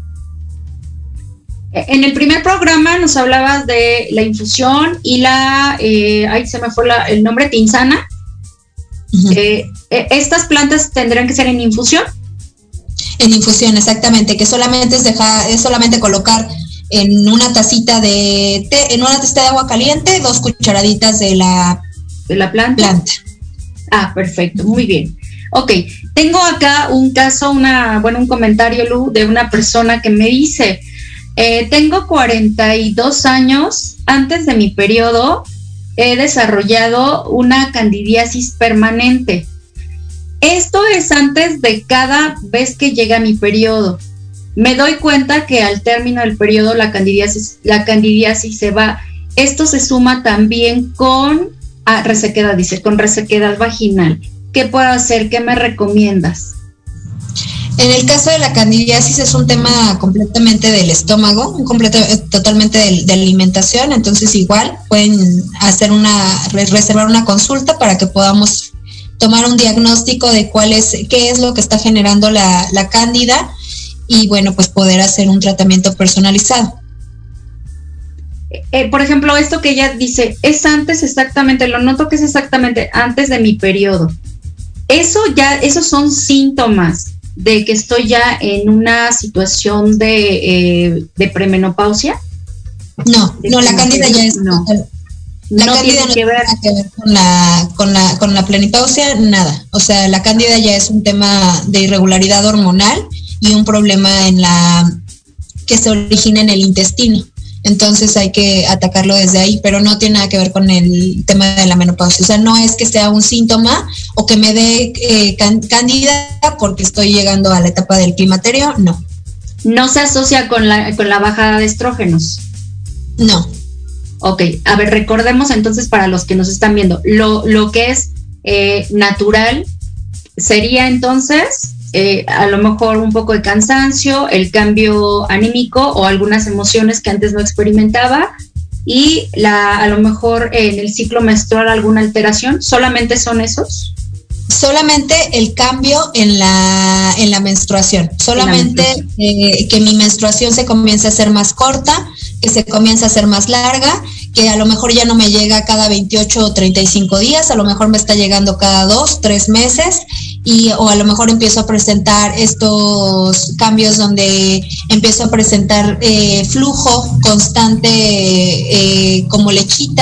En el primer programa nos hablabas de la infusión y la, eh, ahí se me fue la, el nombre, Tinsana. Uh-huh. eh, ¿Estas plantas tendrán que ser en infusión? En infusión, exactamente, que solamente es dejar, es solamente colocar en una tacita de té, en una tacita de agua caliente, dos cucharaditas de la, ¿De la planta? planta. Ah, perfecto, muy bien. Ok, tengo acá un caso, una, bueno, un comentario, Lu, de una persona que me dice, eh, tengo cuarenta y dos años, antes de mi periodo he desarrollado una candidiasis permanente. Esto es antes de cada vez que llega mi periodo. Me doy cuenta que al término del periodo la candidiasis, la candidiasis se va. Esto se suma también con ah, resequedad, dice, con resequedad vaginal. ¿Qué puedo hacer? ¿Qué me recomiendas? En el caso de la candidiasis es un tema completamente del estómago, un completo, totalmente de, de alimentación, entonces igual pueden hacer una, reservar una consulta para que podamos tomar un diagnóstico de cuál es, qué es lo que está generando la, la cándida y bueno, pues poder hacer un tratamiento personalizado. Eh, por ejemplo, esto que ella dice, es antes exactamente, lo noto que es exactamente antes de mi periodo. Eso ya, esos son síntomas de que estoy ya en una situación de, eh, de premenopausia. No, de no, la cándida ya es... No, la no cándida tiene no que ver, tiene que ver con la, con la, con la plenipausia, nada. O sea, la cándida ya es un tema de irregularidad hormonal y un problema en la que se origina en el intestino. Entonces hay que atacarlo desde ahí, pero no tiene nada que ver con el tema de la menopausia. O sea, no es que sea un síntoma o que me dé eh, cándida porque estoy llegando a la etapa del climaterio, no. No se asocia con la, con la bajada de estrógenos. No. Ok, a ver, recordemos entonces para los que nos están viendo, lo, lo que es eh, natural sería entonces... Eh, a lo mejor un poco de cansancio, el cambio anímico o algunas emociones que antes no experimentaba y la, a lo mejor en el ciclo menstrual alguna alteración. ¿Solamente son esos? Solamente el cambio en la, en la menstruación, solamente la menstruación. Eh, que mi menstruación se comience a hacer más corta, que se comience a hacer más larga, que a lo mejor ya no me llega cada veintiocho o treinta y cinco días, a lo mejor me está llegando cada dos, tres meses, y o a lo mejor empiezo a presentar estos cambios donde empiezo a presentar eh, flujo constante eh, como lechita,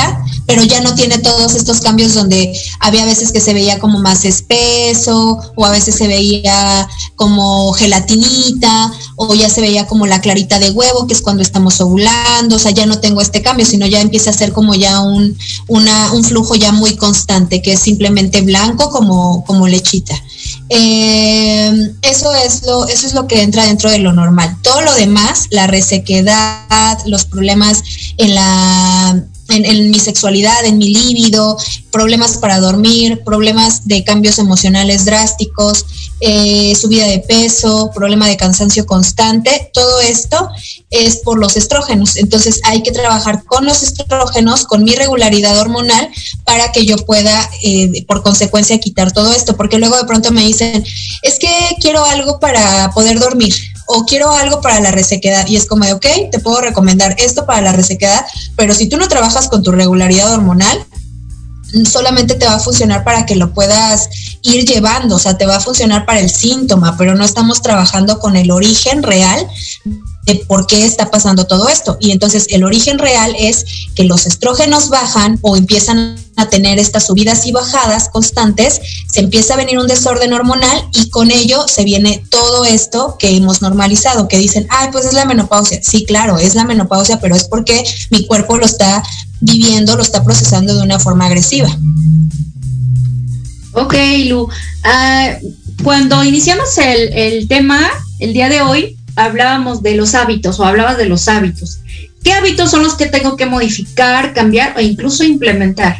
pero ya no tiene todos estos cambios donde había veces que se veía como más espeso, o a veces se veía como gelatinita, o ya se veía como la clarita de huevo, que es cuando estamos ovulando. O sea, ya no tengo este cambio, sino ya empieza a ser como ya un, una, un flujo ya muy constante, que es simplemente blanco como, como lechita. Eh, eso es lo, eso es lo que entra dentro de lo normal. Todo lo demás, la resequedad, los problemas en la En, en mi sexualidad, en mi líbido, problemas para dormir, problemas de cambios emocionales drásticos, eh, subida de peso, problema de cansancio constante, todo esto es por los estrógenos. Entonces hay que trabajar con los estrógenos, con mi regularidad hormonal, para que yo pueda, eh, por consecuencia, quitar todo esto, porque luego de pronto me dicen, es que quiero algo para poder dormir, o quiero algo para la resequedad, y es como de, ok, te puedo recomendar esto para la resequedad, pero si tú no trabajas con tu regularidad hormonal, solamente te va a funcionar para que lo puedas ir llevando, o sea, te va a funcionar para el síntoma, pero no estamos trabajando con el origen real de por qué está pasando todo esto. Y entonces el origen real es que los estrógenos bajan o empiezan a tener estas subidas y bajadas constantes, se empieza a venir un desorden hormonal, y con ello se viene todo esto que hemos normalizado, que dicen, ay, pues es la menopausia. Sí, claro, es la menopausia, pero es porque mi cuerpo lo está viviendo, lo está procesando de una forma agresiva. Ok, Lu. Uh, cuando iniciamos el, el tema, el día de hoy, hablábamos de los hábitos, o hablabas de los hábitos. ¿Qué hábitos son los que tengo que modificar, cambiar o incluso implementar?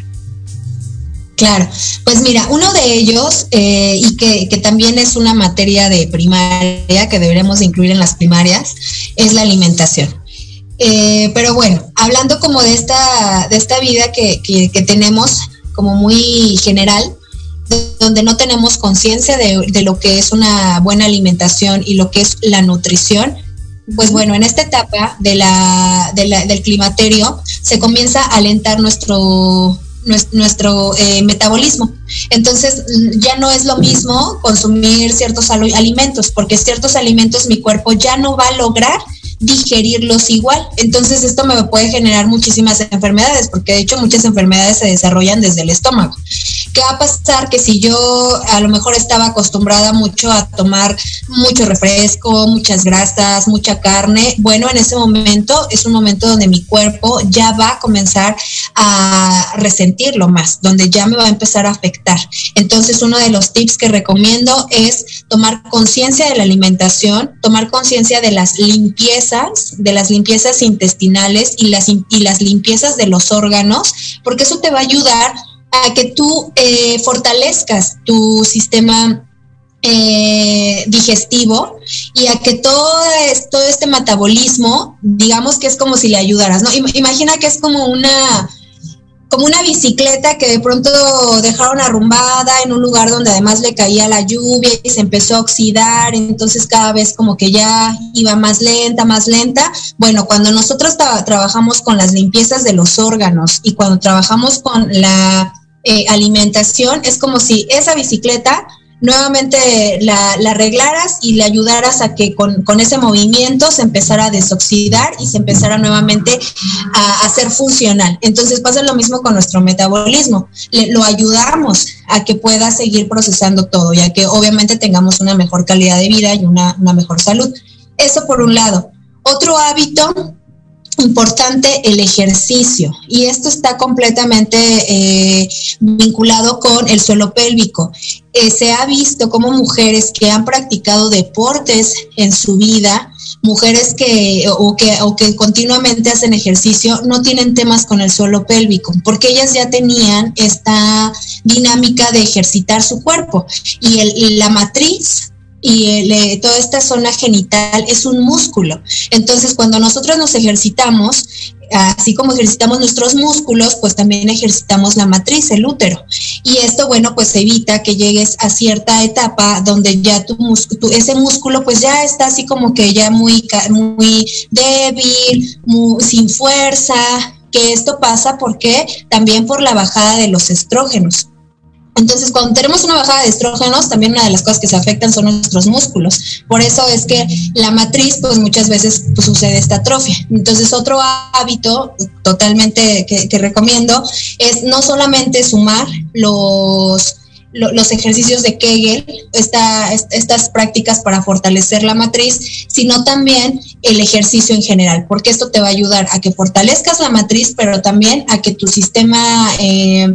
Claro, pues mira, uno de ellos, eh, y que, que también es una materia de primaria que deberíamos incluir en las primarias, es la alimentación. Eh, pero bueno, hablando como de esta, de esta vida que, que, que tenemos como muy general, donde no tenemos conciencia de, de lo que es una buena alimentación y lo que es la nutrición, pues bueno, en esta etapa de la, de la, del climaterio se comienza a alentar nuestro, nuestro, nuestro eh, metabolismo. Entonces ya no es lo mismo consumir ciertos alimentos, porque ciertos alimentos mi cuerpo ya no va a lograr digerirlos igual. Entonces esto me puede generar muchísimas enfermedades, porque de hecho muchas enfermedades se desarrollan desde el estómago. ¿Qué va a pasar? Que si yo a lo mejor estaba acostumbrada mucho a tomar mucho refresco, muchas grasas, mucha carne, bueno, en ese momento es un momento donde mi cuerpo ya va a comenzar a resentirlo más, donde ya me va a empezar a afectar. Entonces uno de los tips que recomiendo es tomar conciencia de la alimentación, tomar conciencia de las limpiezas, de las limpiezas intestinales y las, y las limpiezas de los órganos, porque eso te va a ayudar a que tú eh, fortalezcas tu sistema eh, digestivo, y a que todo, es, todo este metabolismo, digamos que es como si le ayudaras, ¿no? Imagina que es como una, como una bicicleta que de pronto dejaron arrumbada en un lugar donde además le caía la lluvia y se empezó a oxidar, entonces cada vez como que ya iba más lenta, más lenta. Bueno, cuando nosotros tra- trabajamos con las limpiezas de los órganos y cuando trabajamos con la eh, alimentación, es como si esa bicicleta nuevamente la, la arreglaras y le ayudaras a que con, con ese movimiento se empezara a desoxidar y se empezara nuevamente a, a ser funcional. Entonces pasa lo mismo con nuestro metabolismo, le, lo ayudamos a que pueda seguir procesando todo, ya que obviamente tengamos una mejor calidad de vida y una, una mejor salud. Eso por un lado. Otro hábito importante, el ejercicio, y esto está completamente eh, vinculado con el suelo pélvico. Eh, se ha visto como mujeres que han practicado deportes en su vida, mujeres que o, que o que continuamente hacen ejercicio, no tienen temas con el suelo pélvico, porque ellas ya tenían esta dinámica de ejercitar su cuerpo, y, el, y la matriz y el, toda esta zona genital es un músculo. Entonces cuando nosotros nos ejercitamos, así como ejercitamos nuestros músculos, pues también ejercitamos la matriz, el útero, y esto, bueno, pues evita que llegues a cierta etapa donde ya tu músculo, ese músculo pues ya está así como que ya muy, muy débil, muy, sin fuerza, que esto pasa porque también por la bajada de los estrógenos. Entonces, cuando tenemos una bajada de estrógenos, también una de las cosas que se afectan son nuestros músculos. Por eso es que la matriz, pues muchas veces pues, sucede esta atrofia. Entonces, otro hábito totalmente que, que recomiendo es no solamente sumar los, los ejercicios de Kegel, esta, estas prácticas para fortalecer la matriz, sino también el ejercicio en general, porque esto te va a ayudar a que fortalezcas la matriz, pero también a que tu sistema eh,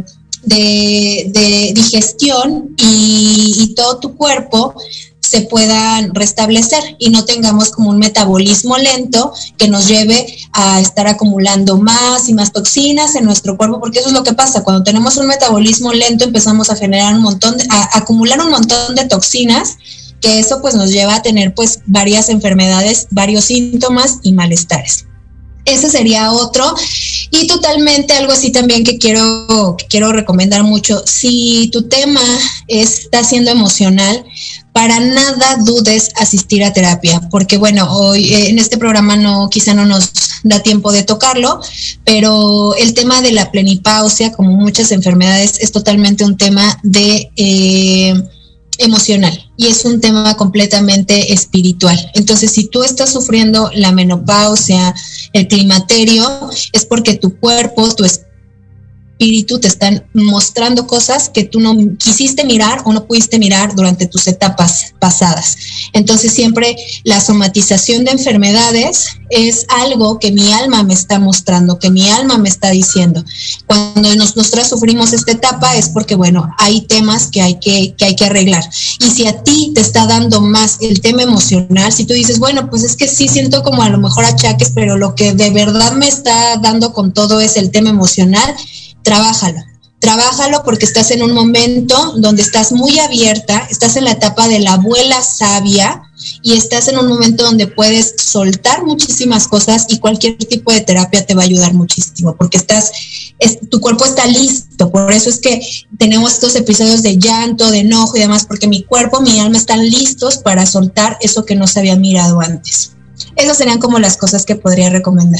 De, de digestión y, y todo tu cuerpo se puedan restablecer y no tengamos como un metabolismo lento que nos lleve a estar acumulando más y más toxinas en nuestro cuerpo, porque eso es lo que pasa, cuando tenemos un metabolismo lento empezamos a generar un montón, de, a, a acumular un montón de toxinas, que eso pues nos lleva a tener pues varias enfermedades, varios síntomas y malestares. Ese sería otro. Y totalmente algo así también que quiero, que quiero recomendar mucho. Si tu tema está siendo emocional, para nada dudes asistir a terapia, porque bueno, hoy eh, en este programa no, quizá no nos da tiempo de tocarlo, pero el tema de la plenipausia, como muchas enfermedades, es totalmente un tema de eh, emocional y es un tema completamente espiritual. Entonces, si tú estás sufriendo la menopausia, el climaterio, es porque tu cuerpo, tu espíritu te están mostrando cosas que tú no quisiste mirar o no pudiste mirar durante tus etapas pasadas. Entonces, siempre la somatización de enfermedades es algo que mi alma me está mostrando, que mi alma me está diciendo. Cuando nos, nosotras sufrimos esta etapa es porque, bueno, hay temas que hay que, que hay que arreglar. Y si a ti te está dando más el tema emocional, si tú dices, bueno, pues es que sí siento como a lo mejor achaques, pero lo que de verdad me está dando con todo es el tema emocional, trabájalo. Trabájalo porque estás en un momento donde estás muy abierta, estás en la etapa de la abuela sabia y estás en un momento donde puedes soltar muchísimas cosas y cualquier tipo de terapia te va a ayudar muchísimo porque estás, es, tu cuerpo está listo. Por eso es que tenemos estos episodios de llanto, de enojo y demás, porque mi cuerpo, mi alma están listos para soltar eso que no se había mirado antes. Esas serían como las cosas que podría recomendar.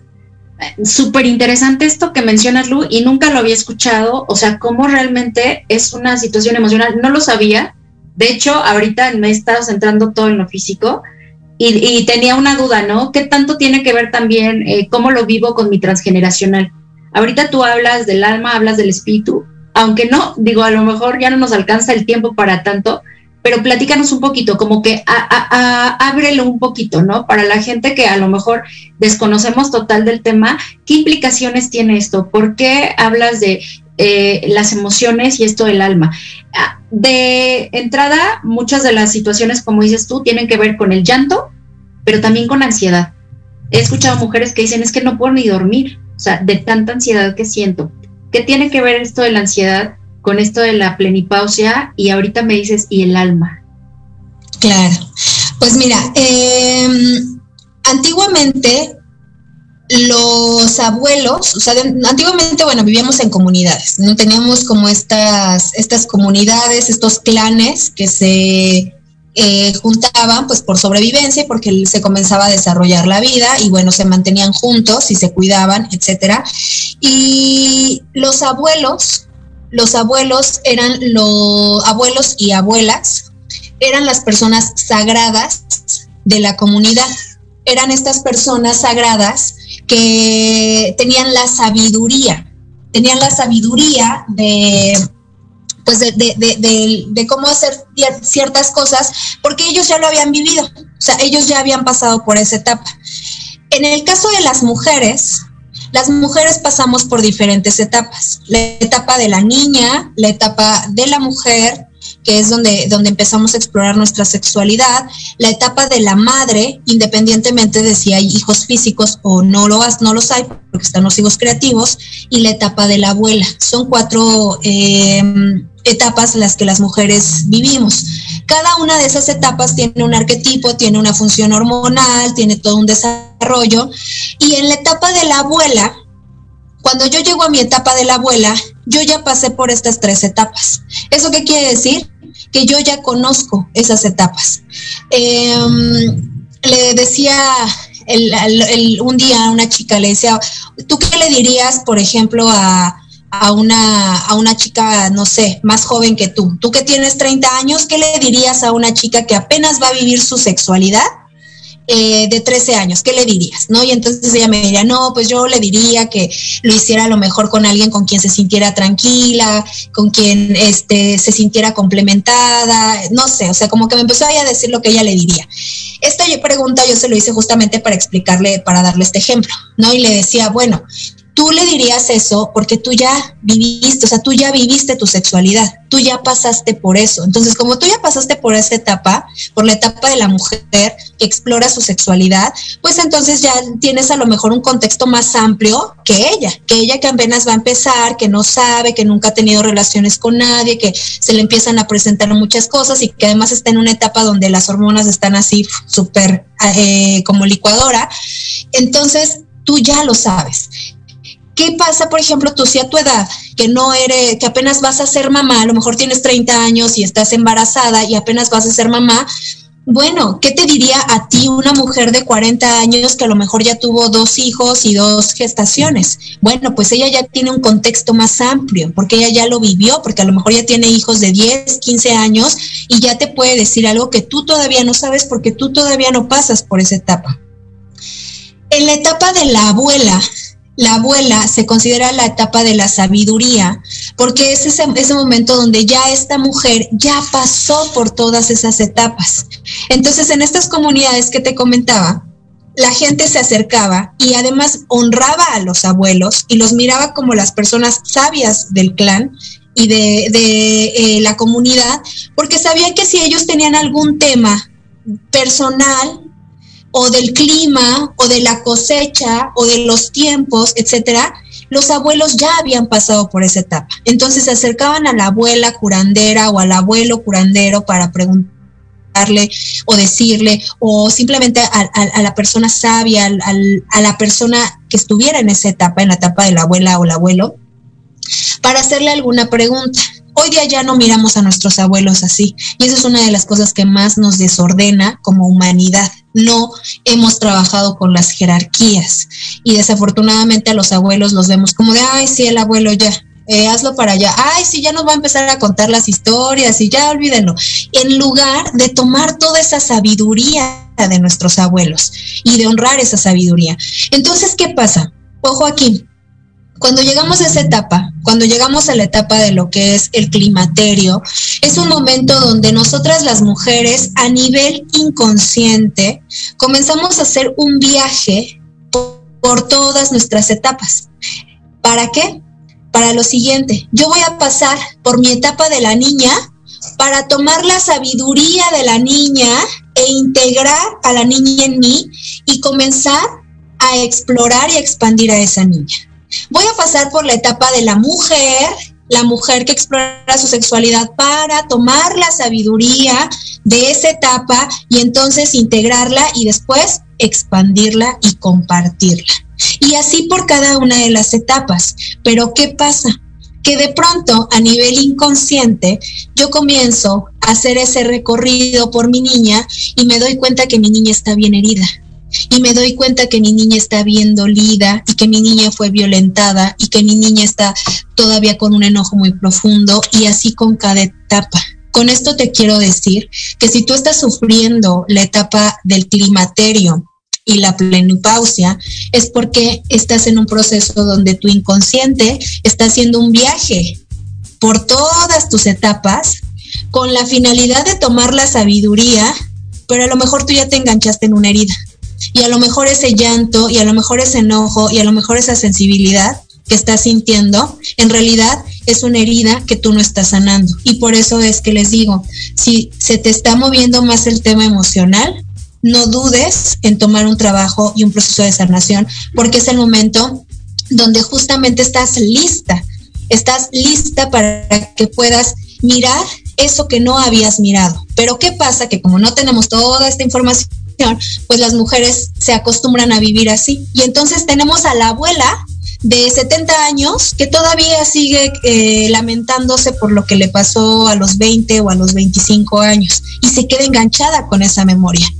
Súper interesante esto que mencionas, Lu, y nunca lo había escuchado, o sea, cómo realmente es una situación emocional, no lo sabía. De hecho, ahorita me he estado centrando todo en lo físico y, y tenía una duda, ¿no? ¿Qué tanto tiene que ver también eh, cómo lo vivo con mi transgeneracional? Ahorita tú hablas del alma, hablas del espíritu, aunque no, digo, a lo mejor ya no nos alcanza el tiempo para tanto, pero platícanos un poquito, como que a, a, a, ábrelo un poquito, ¿no? Para la gente que a lo mejor desconocemos total del tema, ¿qué implicaciones tiene esto? ¿Por qué hablas de eh, las emociones y esto del alma? De entrada, muchas de las situaciones, como dices tú, tienen que ver con el llanto, pero también con ansiedad. He escuchado mujeres que dicen, es que no puedo ni dormir, o sea, de tanta ansiedad que siento. ¿Qué tiene que ver esto de la ansiedad con esto de la plenipausia? Y ahorita me dices, ¿y el alma? Claro, pues mira, eh, antiguamente los abuelos, o sea, de, antiguamente, bueno, vivíamos en comunidades, no teníamos como estas, estas comunidades, estos clanes que se eh, juntaban pues por sobrevivencia, porque se comenzaba a desarrollar la vida y bueno, se mantenían juntos y se cuidaban, etcétera. Y los abuelos, los abuelos eran los abuelos y abuelas, eran las personas sagradas de la comunidad. Eran estas personas sagradas que tenían la sabiduría, tenían la sabiduría de, pues de, de, de, de, de cómo hacer ciertas cosas, porque ellos ya lo habían vivido, o sea, ellos ya habían pasado por esa etapa. En el caso de las mujeres, las mujeres pasamos por diferentes etapas. La etapa de la niña, la etapa de la mujer, que es donde, donde empezamos a explorar nuestra sexualidad, la etapa de la madre, independientemente de si hay hijos físicos o no, lo, no los hay, porque están los hijos creativos, y la etapa de la abuela. Son cuatro eh, etapas las que las mujeres vivimos. Cada una de esas etapas tiene un arquetipo, tiene una función hormonal, tiene todo un desarrollo, y en la etapa de la abuela, cuando yo llego a mi etapa de la abuela, yo ya pasé por estas tres etapas. ¿Eso qué quiere decir? Que yo ya conozco esas etapas. Eh, le decía el, el, el, un día a una chica, le decía, ¿tú qué le dirías, por ejemplo, a, a una, a una chica, no sé, más joven que tú. Tú que tienes treinta años, ¿qué le dirías a una chica que apenas va a vivir su sexualidad? Eh, de trece años, ¿qué le dirías? ¿No? Y entonces ella me diría, no, pues yo le diría que lo hiciera a lo mejor con alguien con quien se sintiera tranquila, con quien este, se sintiera complementada, no sé, o sea, como que me empezó a decir lo que ella le diría. Esta pregunta yo se lo hice justamente para explicarle, para darle este ejemplo, ¿no? Y le decía, bueno, tú le dirías eso porque tú ya viviste, o sea, tú ya viviste tu sexualidad, tú ya pasaste por eso. Entonces, como tú ya pasaste por esa etapa, por la etapa de la mujer que explora su sexualidad, pues entonces ya tienes a lo mejor un contexto más amplio que ella, que ella que apenas va a empezar, que no sabe, que nunca ha tenido relaciones con nadie, que se le empiezan a presentar muchas cosas y que además está en una etapa donde las hormonas están así súper eh, como licuadora. Entonces, tú ya lo sabes. ¿Qué pasa, por ejemplo, tú si a tu edad, que no eres, que apenas vas a ser mamá, a lo mejor tienes treinta años y estás embarazada y apenas vas a ser mamá? Bueno, ¿qué te diría a ti una mujer de cuarenta años que a lo mejor ya tuvo dos hijos y dos gestaciones? Bueno, pues ella ya tiene un contexto más amplio, porque ella ya lo vivió, porque a lo mejor ya tiene hijos de diez, quince años y ya te puede decir algo que tú todavía no sabes porque tú todavía no pasas por esa etapa. En la etapa de la abuela, la abuela se considera la etapa de la sabiduría, porque es ese, ese momento donde ya esta mujer ya pasó por todas esas etapas. Entonces, en estas comunidades que te comentaba, la gente se acercaba y además honraba a los abuelos y los miraba como las personas sabias del clan y de, de eh, la comunidad, porque sabía que si ellos tenían algún tema personal, o del clima, o de la cosecha, o de los tiempos, etcétera, los abuelos ya habían pasado por esa etapa. Entonces se acercaban a la abuela curandera o al abuelo curandero para preguntarle o decirle, o simplemente a, a, a la persona sabia, al, al, a la persona que estuviera en esa etapa, en la etapa de la abuela o el abuelo, para hacerle alguna pregunta. Hoy día ya no miramos a nuestros abuelos así, y eso es una de las cosas que más nos desordena como humanidad. No hemos trabajado con las jerarquías y desafortunadamente a los abuelos los vemos como de, ay, sí, el abuelo ya, eh, hazlo para allá, ay, sí, ya nos va a empezar a contar las historias y ya olvídenlo, en lugar de tomar toda esa sabiduría de nuestros abuelos y de honrar esa sabiduría. Entonces, ¿qué pasa? Ojo aquí. Cuando llegamos a esa etapa, cuando llegamos a la etapa de lo que es el climaterio, es un momento donde nosotras las mujeres a nivel inconsciente comenzamos a hacer un viaje por, por todas nuestras etapas. ¿Para qué? Para lo siguiente, yo voy a pasar por mi etapa de la niña para tomar la sabiduría de la niña e integrar a la niña en mí y comenzar a explorar y a expandir a esa niña. Voy a pasar por la etapa de la mujer, la mujer que explora su sexualidad para tomar la sabiduría de esa etapa y entonces integrarla y después expandirla y compartirla. Y así por cada una de las etapas. Pero ¿qué pasa? Que de pronto a nivel inconsciente yo comienzo a hacer ese recorrido por mi niña y me doy cuenta que mi niña está bien herida. Y me doy cuenta que mi niña está bien dolida y que mi niña fue violentada y que mi niña está todavía con un enojo muy profundo y así con cada etapa. Con esto te quiero decir que si tú estás sufriendo la etapa del climaterio y la plenipausia, es porque estás en un proceso donde tu inconsciente está haciendo un viaje por todas tus etapas con la finalidad de tomar la sabiduría, pero a lo mejor tú ya te enganchaste en una herida. Y a lo mejor ese llanto, y a lo mejor ese enojo, y a lo mejor esa sensibilidad que estás sintiendo, en realidad es una herida que tú no estás sanando. Y por eso es que les digo, si se te está moviendo más el tema emocional, no dudes en tomar un trabajo y un proceso de sanación, porque es el momento donde justamente estás lista, estás lista para que puedas mirar eso que no habías mirado. Pero ¿qué pasa? Que como no tenemos toda esta información, pues las mujeres se acostumbran a vivir así. Y entonces tenemos a la abuela de setenta años que todavía sigue eh, lamentándose por lo que le pasó a los veinte o a los veinticinco años y se queda enganchada con esa memoria.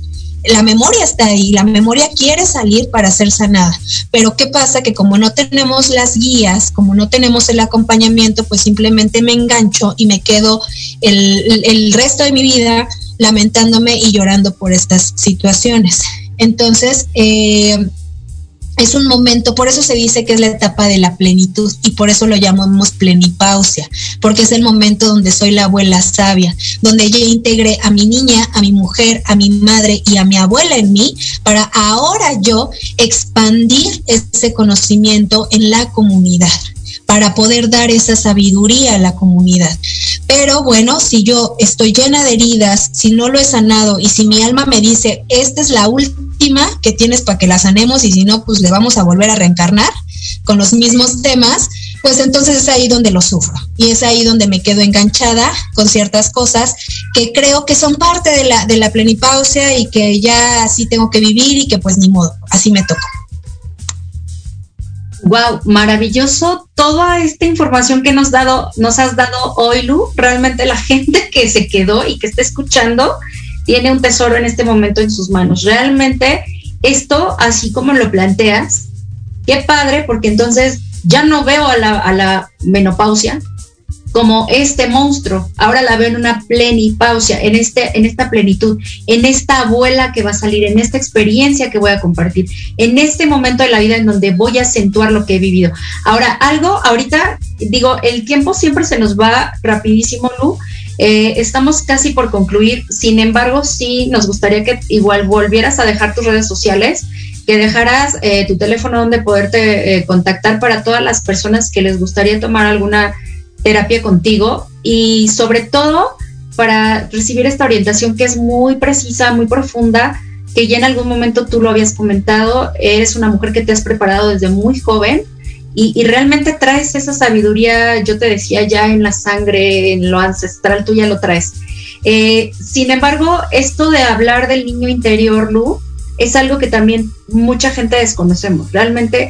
la memoria está ahí, la memoria quiere salir para ser sanada, pero ¿qué pasa? Que como no tenemos las guías, como no tenemos el acompañamiento, pues simplemente me engancho y me quedo el, el resto de mi vida lamentándome y llorando por estas situaciones. Entonces, eh, es un momento, por eso se dice que es la etapa de la plenitud y por eso lo llamamos plenipausia, porque es el momento donde soy la abuela sabia, donde yo integré a mi niña, a mi mujer, a mi madre y a mi abuela en mí, para ahora yo expandir ese conocimiento en la comunidad, para poder dar esa sabiduría a la comunidad. Pero bueno, si yo estoy llena de heridas, si no lo he sanado y si mi alma me dice, esta es la última que tienes para que la sanemos y si no, pues le vamos a volver a reencarnar con los mismos temas, pues entonces es ahí donde lo sufro y es ahí donde me quedo enganchada con ciertas cosas que creo que son parte de la, de la plenipausia y que ya así tengo que vivir y que pues ni modo, así me tocó. Wow, maravilloso toda esta información que nos dado, nos has dado hoy, Lu. Realmente la gente que se quedó y que está escuchando tiene un tesoro en este momento en sus manos. Realmente esto, así como lo planteas, qué padre, porque entonces ya no veo a la, a la menopausia como este monstruo, ahora la veo en una plenipausia, en, este, en esta plenitud, en esta abuela que va a salir, en esta experiencia que voy a compartir, en este momento de la vida en donde voy a acentuar lo que he vivido. Ahora, algo, ahorita, digo, el tiempo siempre se nos va rapidísimo, Lu, eh, estamos casi por concluir, sin embargo, sí nos gustaría que igual volvieras a dejar tus redes sociales, que dejaras eh, tu teléfono donde poderte eh, contactar para todas las personas que les gustaría tomar alguna terapia contigo y sobre todo para recibir esta orientación que es muy precisa, muy profunda, que ya en algún momento tú lo habías comentado, eres una mujer que te has preparado desde muy joven y, y realmente traes esa sabiduría, yo te decía, ya en la sangre, en lo ancestral, tú ya lo traes. Eh, sin embargo, esto de hablar del niño interior, Lu, es algo que también mucha gente desconocemos. Realmente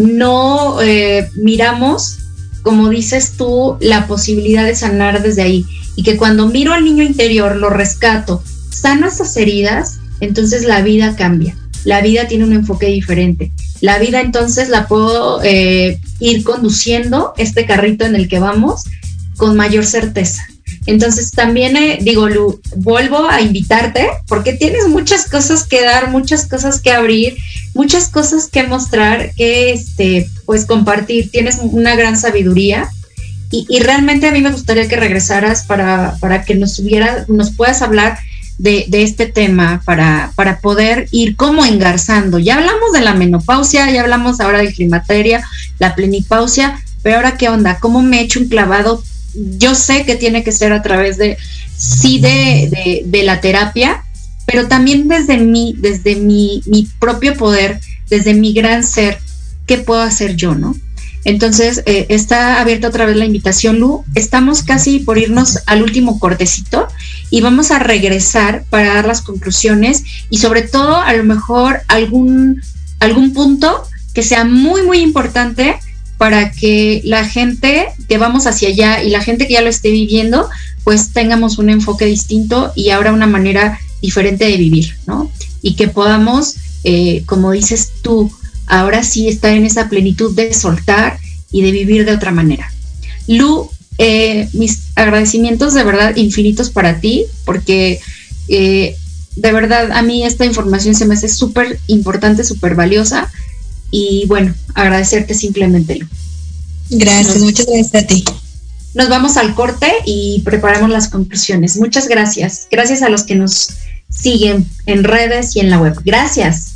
no eh, miramos, como dices tú, la posibilidad de sanar desde ahí, y que cuando miro al niño interior, lo rescato, sano esas heridas, entonces la vida cambia, la vida tiene un enfoque diferente, la vida entonces la puedo eh, ir conduciendo, este carrito en el que vamos, con mayor certeza. Entonces también eh, digo, Lu, vuelvo a invitarte porque tienes muchas cosas que dar, muchas cosas que abrir, muchas cosas que mostrar, que este, pues compartir. Tienes una gran sabiduría y, y realmente a mí me gustaría que regresaras para, para que nos hubiera, nos puedas hablar de, de este tema para, para poder ir como engarzando. Ya hablamos de la menopausia, ya hablamos ahora del climaterio, la plenipausia, pero ahora qué onda, ¿cómo me echo un clavado? Yo sé que tiene que ser a través de, sí, de, de, de la terapia, pero también desde mí, desde mi, mi propio poder, desde mi gran ser, ¿qué puedo hacer yo, no? Entonces, eh, está abierta otra vez la invitación, Lu. Estamos casi por irnos al último cortecito y vamos a regresar para dar las conclusiones y sobre todo, a lo mejor, algún, algún punto que sea muy, muy importante para que la gente que vamos hacia allá y la gente que ya lo esté viviendo, pues tengamos un enfoque distinto y ahora una manera diferente de vivir, ¿no? Y que podamos, eh, como dices tú, ahora sí estar en esa plenitud de soltar y de vivir de otra manera. Lu, eh, mis agradecimientos de verdad infinitos para ti, porque eh, de verdad a mí esta información se me hace súper importante, súper valiosa. Y bueno, agradecerte simplemente, Lu. Gracias, nos, muchas gracias a ti. Nos vamos al corte y preparamos las conclusiones. Muchas gracias. Gracias a los que nos siguen en redes y en la web. Gracias.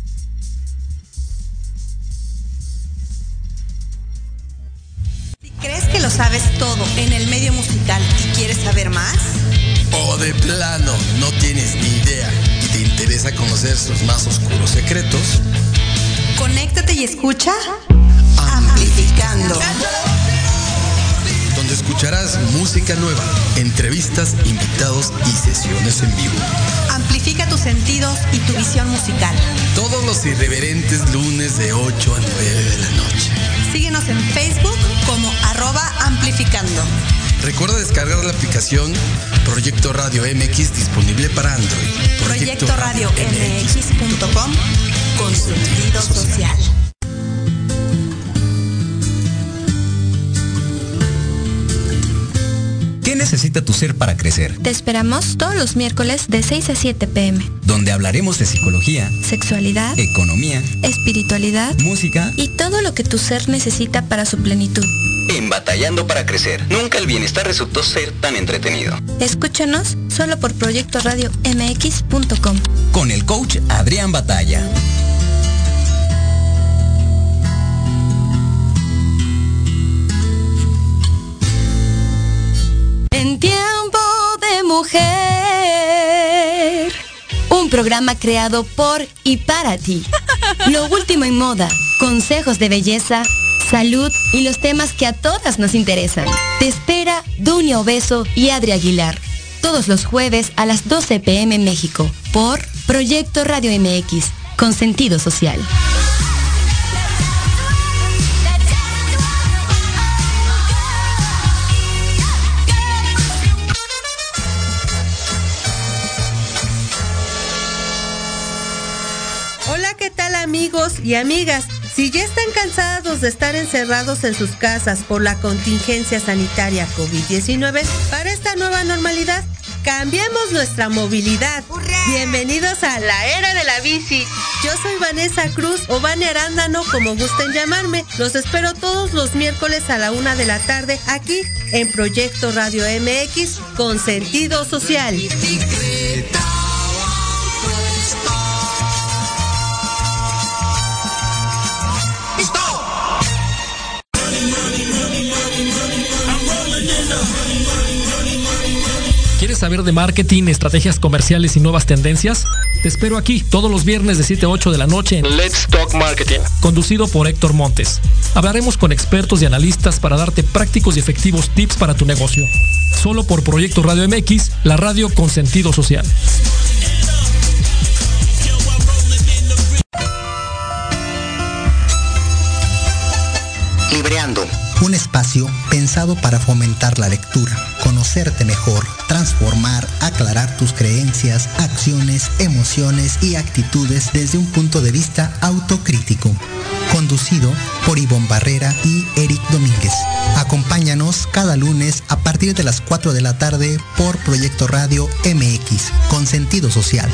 Si crees que lo sabes todo en el medio musical y quieres saber más, o de plano no tienes ni idea y te interesa conocer sus más oscuros secretos, conéctate y escucha Amplificando, donde escucharás música nueva, entrevistas, invitados y sesiones en vivo. Amplifica tus sentidos y tu visión musical. Todos los irreverentes lunes de ocho a nueve de la noche. Síguenos en Facebook como arroba amplificando. Recuerda descargar la aplicación Proyecto Radio M X disponible para Android. Proyecto Radio M X punto com con sentido social. ¿Qué necesita tu ser para crecer? Te esperamos todos los miércoles de seis a siete pm, donde hablaremos de psicología, sexualidad, economía, espiritualidad, música y todo lo que tu ser necesita para su plenitud. En Batallando para Crecer, nunca el bienestar resultó ser tan entretenido. Escúchanos solo por Proyecto Radio M X punto com. Con el coach Adrián Batalla. En tiempo de mujer. Un programa creado por y para ti. Lo último en moda, consejos de belleza, salud y los temas que a todas nos interesan. Te espera Dunia Obeso y Adri Aguilar. Todos los jueves a las doce pm en México. Por Proyecto Radio M X, con sentido social. Hola, ¿qué tal amigos y amigas? Si ya están cansados de estar encerrados en sus casas por la contingencia sanitaria COVID diecinueve, para esta nueva normalidad, cambiemos nuestra movilidad. ¡Hurra! Bienvenidos a la era de la bici. Yo soy Vanessa Cruz o Vane Arándano, como gusten llamarme. Los espero todos los miércoles a la una de la tarde aquí en Proyecto Radio M X con sentido social. ¿Quieres saber de marketing, estrategias comerciales y nuevas tendencias? Te espero aquí todos los viernes de siete a ocho de la noche en Let's Talk Marketing, conducido por Héctor Montes. Hablaremos con expertos y analistas para darte prácticos y efectivos tips para tu negocio. Solo por Proyecto Radio M X, la radio con sentido social. Libreando. Un espacio pensado para fomentar la lectura, conocerte mejor, transformar, aclarar tus creencias, acciones, emociones y actitudes desde un punto de vista autocrítico. Conducido por Ivonne Barrera y Eric Domínguez. Acompáñanos cada lunes a partir de las cuatro de la tarde por Proyecto Radio M X, con sentido social.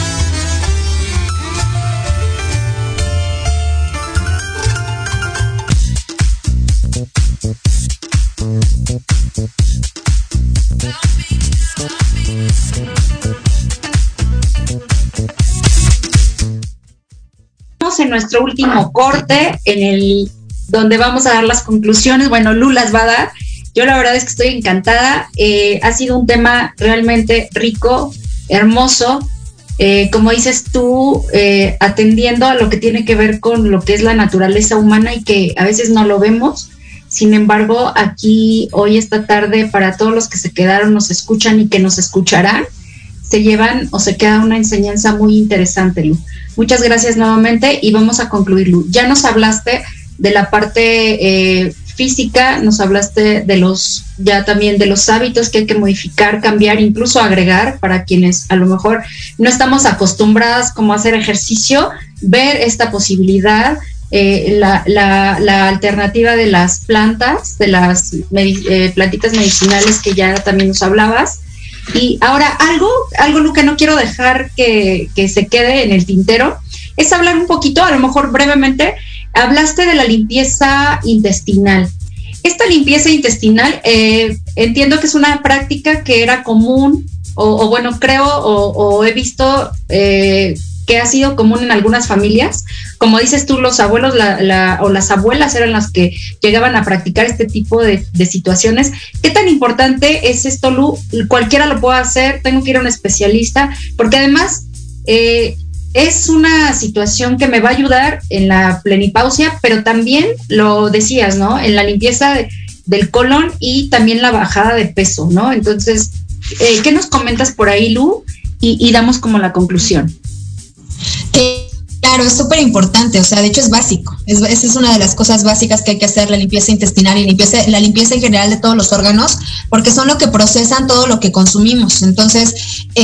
Estamos en nuestro último corte, en el donde vamos a dar las conclusiones. Bueno, Lu las va a dar. Yo la verdad es que estoy encantada. Eh, ha sido un tema realmente rico, hermoso. Eh, como dices tú, eh, atendiendo a lo que tiene que ver con lo que es la naturaleza humana y que a veces no lo vemos. Sin embargo, aquí, hoy, esta tarde, para todos los que se quedaron, nos escuchan y que nos escucharán, se llevan o se queda una enseñanza muy interesante, Lu. Muchas gracias nuevamente y vamos a concluir, Lu. Ya nos hablaste de la parte eh, física, nos hablaste de los, ya también de los hábitos que hay que modificar, cambiar, incluso agregar para quienes a lo mejor no estamos acostumbradas como a hacer ejercicio, ver esta posibilidad. Eh, la, la, la alternativa de las plantas, de las medi- eh, plantitas medicinales que ya también nos hablabas. Y ahora algo, algo Lu, que no quiero dejar que, que se quede en el tintero, es hablar un poquito, a lo mejor brevemente, hablaste de la limpieza intestinal. Esta limpieza intestinal, eh, entiendo que es una práctica que era común, o, o bueno, creo, o, o he visto eh, que ha sido común en algunas familias. Como dices tú, los abuelos la, la, o las abuelas eran las que llegaban a practicar este tipo de, de situaciones. ¿Qué tan importante es esto, Lu? Cualquiera lo puede hacer, tengo que ir a un especialista, porque además eh, es una situación que me va a ayudar en la plenipausia, pero también lo decías, ¿no? En la limpieza de, del colon y también la bajada de peso, ¿no? Entonces, eh, ¿qué nos comentas por ahí, Lu? Y, y damos como la conclusión. Eh, Claro, es súper importante, o sea, de hecho es básico, es, esa es una de las cosas básicas que hay que hacer, la limpieza intestinal y limpieza, la limpieza en general de todos los órganos, porque son lo que procesan todo lo que consumimos. Entonces,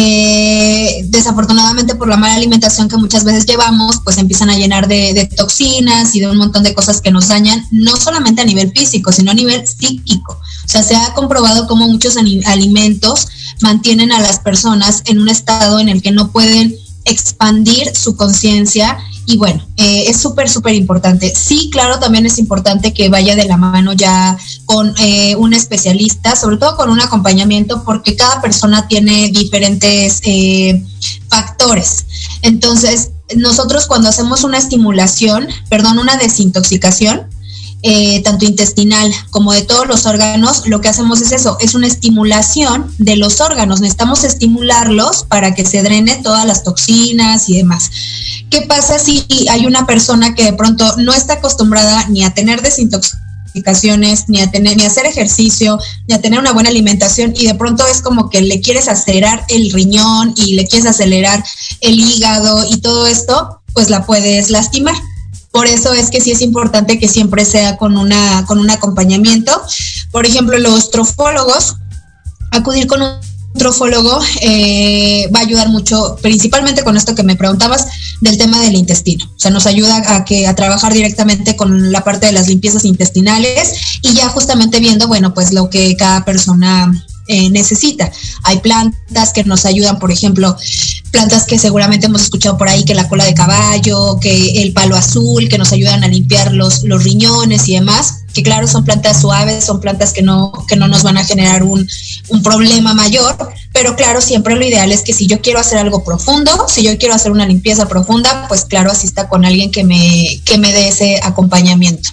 eh, desafortunadamente por la mala alimentación que muchas veces llevamos, pues empiezan a llenar de, de toxinas y de un montón de cosas que nos dañan, no solamente a nivel físico, sino a nivel psíquico. O sea, se ha comprobado cómo muchos alimentos mantienen a las personas en un estado en el que no pueden expandir su conciencia y bueno, eh, es súper, súper importante. Sí, claro, también es importante que vaya de la mano ya con eh, un especialista, sobre todo con un acompañamiento, porque cada persona tiene diferentes eh, factores. Entonces, nosotros cuando hacemos una estimulación, perdón, una desintoxicación, Eh, tanto intestinal como de todos los órganos, lo que hacemos es eso, es una estimulación de los órganos, necesitamos estimularlos para que se drene todas las toxinas y demás. ¿Qué pasa si hay una persona que de pronto no está acostumbrada ni a tener desintoxicaciones, ni a tener, ni a hacer ejercicio, ni a tener una buena alimentación, y de pronto es como que le quieres acelerar el riñón y le quieres acelerar el hígado y todo esto, pues la puedes lastimar? Por eso es que sí es importante que siempre sea con una con un acompañamiento. Por ejemplo, los trofólogos, acudir con un trofólogo eh, va a ayudar mucho, principalmente con esto que me preguntabas del tema del intestino. O sea, nos ayuda a que a trabajar directamente con la parte de las limpiezas intestinales y ya justamente viendo, bueno, pues lo que cada persona eh, necesita. Hay plantas que nos ayudan, por ejemplo, plantas que seguramente hemos escuchado por ahí, que la cola de caballo, que el palo azul, que nos ayudan a limpiar los, los riñones y demás, que claro, son plantas suaves, son plantas que no, que no nos van a generar un, un problema mayor, pero claro, siempre lo ideal es que si yo quiero hacer algo profundo, si yo quiero hacer una limpieza profunda, pues claro, asista con alguien que me, que me dé ese acompañamiento.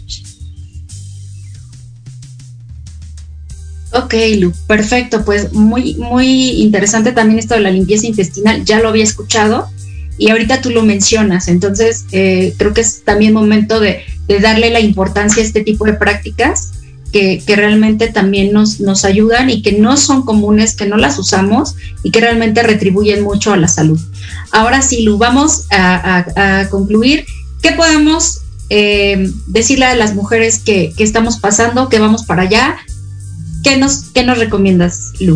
Ok, Lu, perfecto, pues muy, muy interesante también esto de la limpieza intestinal, ya lo había escuchado y ahorita tú lo mencionas, entonces eh, creo que es también momento de, de darle la importancia a este tipo de prácticas que, que realmente también nos, nos ayudan y que no son comunes, que no las usamos y que realmente retribuyen mucho a la salud. Ahora sí, Lu, vamos a, a, a concluir. ¿Qué podemos eh, decirle a las mujeres que, que estamos pasando, que vamos para allá? ¿Qué nos, qué nos recomiendas, Lu?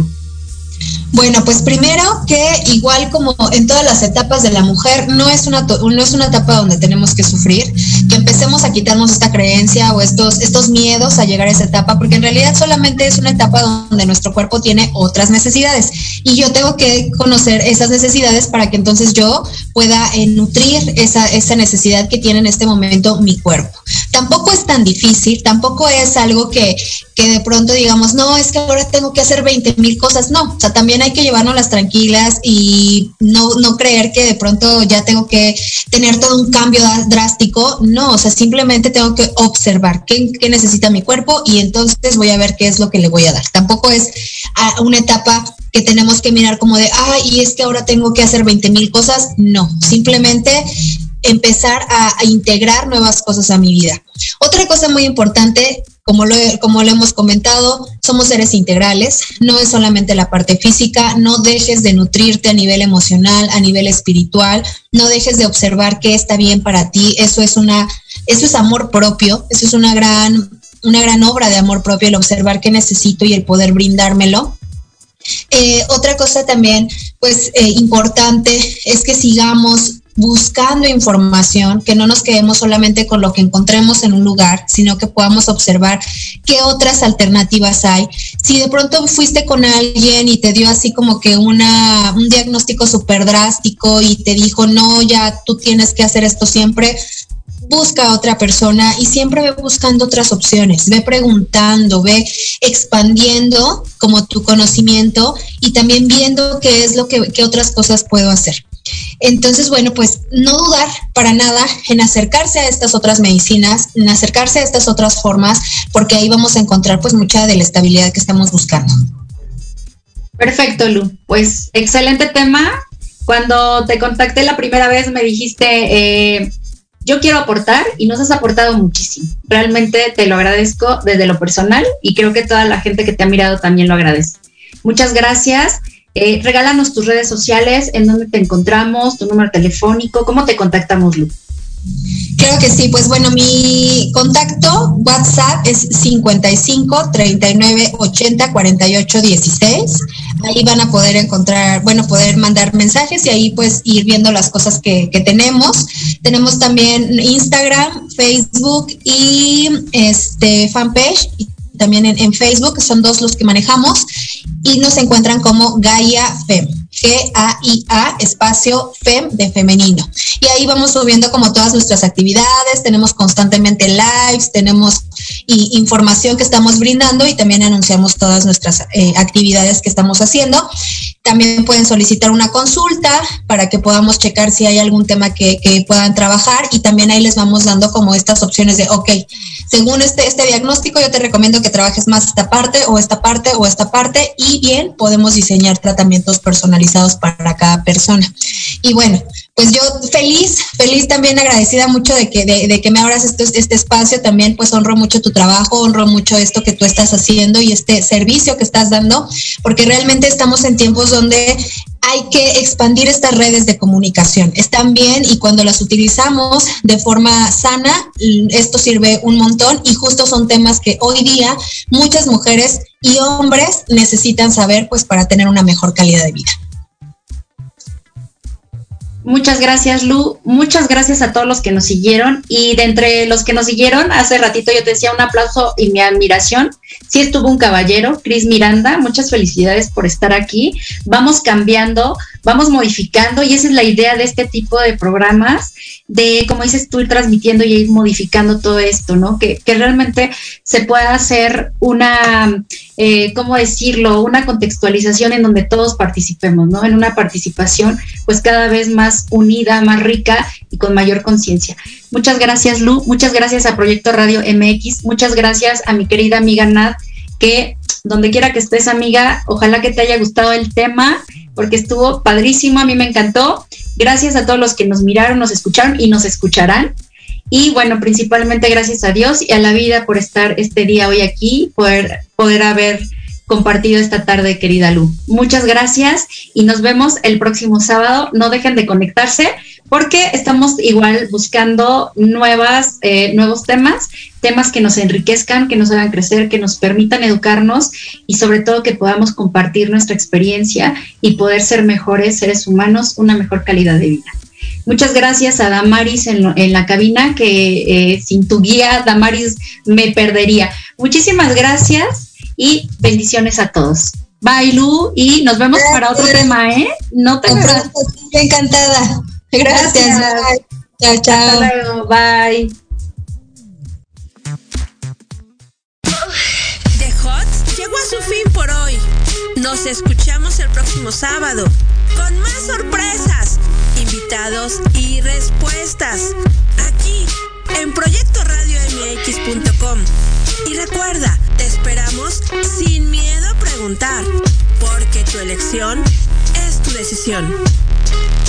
Bueno, pues primero que igual como en todas las etapas de la mujer, no es una no es una etapa donde tenemos que sufrir, que empecemos a quitarnos esta creencia o estos, estos miedos a llegar a esa etapa, porque en realidad solamente es una etapa donde nuestro cuerpo tiene otras necesidades y yo tengo que conocer esas necesidades para que entonces yo pueda eh, nutrir esa, esa necesidad que tiene en este momento mi cuerpo. Tampoco es tan difícil, tampoco es algo que, que de pronto digamos, no, es que ahora tengo que hacer veinte mil cosas, no, o sea, también hay que llevárnoslas tranquilas y no, no creer que de pronto ya tengo que tener todo un cambio drástico, no, o sea, simplemente tengo que observar qué, qué necesita mi cuerpo y entonces voy a ver qué es lo que le voy a dar. Tampoco es a una etapa que tenemos que mirar como de, ah, y es que ahora tengo que hacer veinte mil cosas, no, simplemente empezar a, a integrar nuevas cosas a mi vida. Otra cosa muy importante, como lo, como lo hemos comentado, somos seres integrales, no es solamente la parte física, no dejes de nutrirte a nivel emocional, a nivel espiritual, no dejes de observar qué está bien para ti, eso es una, eso es amor propio, eso es una gran, una gran obra de amor propio, el observar qué necesito y el poder brindármelo. Eh, otra cosa también, pues, eh, importante es que sigamos buscando información, que no nos quedemos solamente con lo que encontremos en un lugar, sino que podamos observar qué otras alternativas hay. Si de pronto fuiste con alguien y te dio así como que una, un diagnóstico súper drástico y te dijo, no, ya tú tienes que hacer esto siempre, busca a otra persona y siempre ve buscando otras opciones, ve preguntando, ve expandiendo como tu conocimiento y también viendo qué es lo que, qué otras cosas puedo hacer. Entonces, bueno, pues no dudar para nada en acercarse a estas otras medicinas, en acercarse a estas otras formas, porque ahí vamos a encontrar pues mucha de la estabilidad que estamos buscando. Perfecto, Lu. Pues excelente tema. Cuando te contacté la primera vez me dijiste, eh, yo quiero aportar y nos has aportado muchísimo. Realmente te lo agradezco desde lo personal y creo que toda la gente que te ha mirado también lo agradece. Muchas gracias. Eh, regálanos tus redes sociales, en dónde te encontramos, tu número telefónico, ¿cómo te contactamos, Lu? Claro que sí, pues bueno, mi contacto WhatsApp es cincuenta y cinco, treinta y nueve, ochenta, cuarenta y ocho, dieciséis. Ahí van a poder encontrar, bueno, poder mandar mensajes y ahí pues ir viendo las cosas que, que tenemos. Tenemos también Instagram, Facebook y este fanpage. También en, en Facebook, son dos los que manejamos y nos encuentran como Gaia Fem, G A I A espacio Fem de femenino. Y ahí vamos subiendo como todas nuestras actividades, tenemos constantemente lives, tenemos y, información que estamos brindando y también anunciamos todas nuestras eh, actividades que estamos haciendo. También pueden solicitar una consulta para que podamos checar si hay algún tema que, que puedan trabajar y también ahí les vamos dando como estas opciones de, ok, según este, este diagnóstico yo te recomiendo que trabajes más esta parte o esta parte o esta parte y bien podemos diseñar tratamientos personalizados para cada persona. Y bueno, pues yo feliz, feliz también agradecida mucho de que, de, de que me abras este, este espacio, también pues honro mucho tu trabajo, honro mucho esto que tú estás haciendo y este servicio que estás dando, porque realmente estamos en tiempos donde hay que expandir estas redes de comunicación. Están bien y cuando las utilizamos de forma sana, esto sirve un montón y justo son temas que hoy día muchas mujeres y hombres necesitan saber pues para tener una mejor calidad de vida. Muchas gracias, Lu. Muchas gracias a todos los que nos siguieron. Y de entre los que nos siguieron, hace ratito yo te decía un aplauso y mi admiración. Sí estuvo un caballero, Cris Miranda. Muchas felicidades por estar aquí. Vamos cambiando, vamos modificando y esa es la idea de este tipo de programas, de, como dices tú, ir transmitiendo y ir modificando todo esto, ¿no? Que, que realmente se pueda hacer una, eh, ¿cómo decirlo? Una contextualización en donde todos participemos, ¿no? En una participación, pues cada vez más unida, más rica y con mayor conciencia. Muchas gracias, Lu. Muchas gracias a Proyecto Radio M X. Muchas gracias a mi querida amiga Nat, que donde quiera que estés, amiga, ojalá que te haya gustado el tema, porque estuvo padrísimo, a mí me encantó. Gracias a todos los que nos miraron, nos escucharon y nos escucharán. Y bueno, principalmente gracias a Dios y a la vida por estar este día hoy aquí, poder, poder haber compartido esta tarde, querida Lu. Muchas gracias y nos vemos el próximo sábado. No dejen de conectarse porque estamos igual buscando nuevas, eh, nuevos temas, temas que nos enriquezcan, que nos hagan crecer, que nos permitan educarnos y sobre todo que podamos compartir nuestra experiencia y poder ser mejores seres humanos, una mejor calidad de vida. Muchas gracias a Damaris en, lo, en la cabina, que eh, sin tu guía, Damaris, me perdería. Muchísimas gracias y bendiciones a todos. Bye, Lu, y nos vemos gracias. Para otro tema, ¿eh? No te me vas. Encantada. Gracias. Gracias. Chao, chao. Hasta luego. Bye. The Hot llegó a su fin por hoy. Nos escuchamos el próximo sábado con más sorpresas, invitados y respuestas aquí en proyecto radio m x punto com. Y recuerda, te esperamos sin miedo a preguntar, porque tu elección es tu decisión.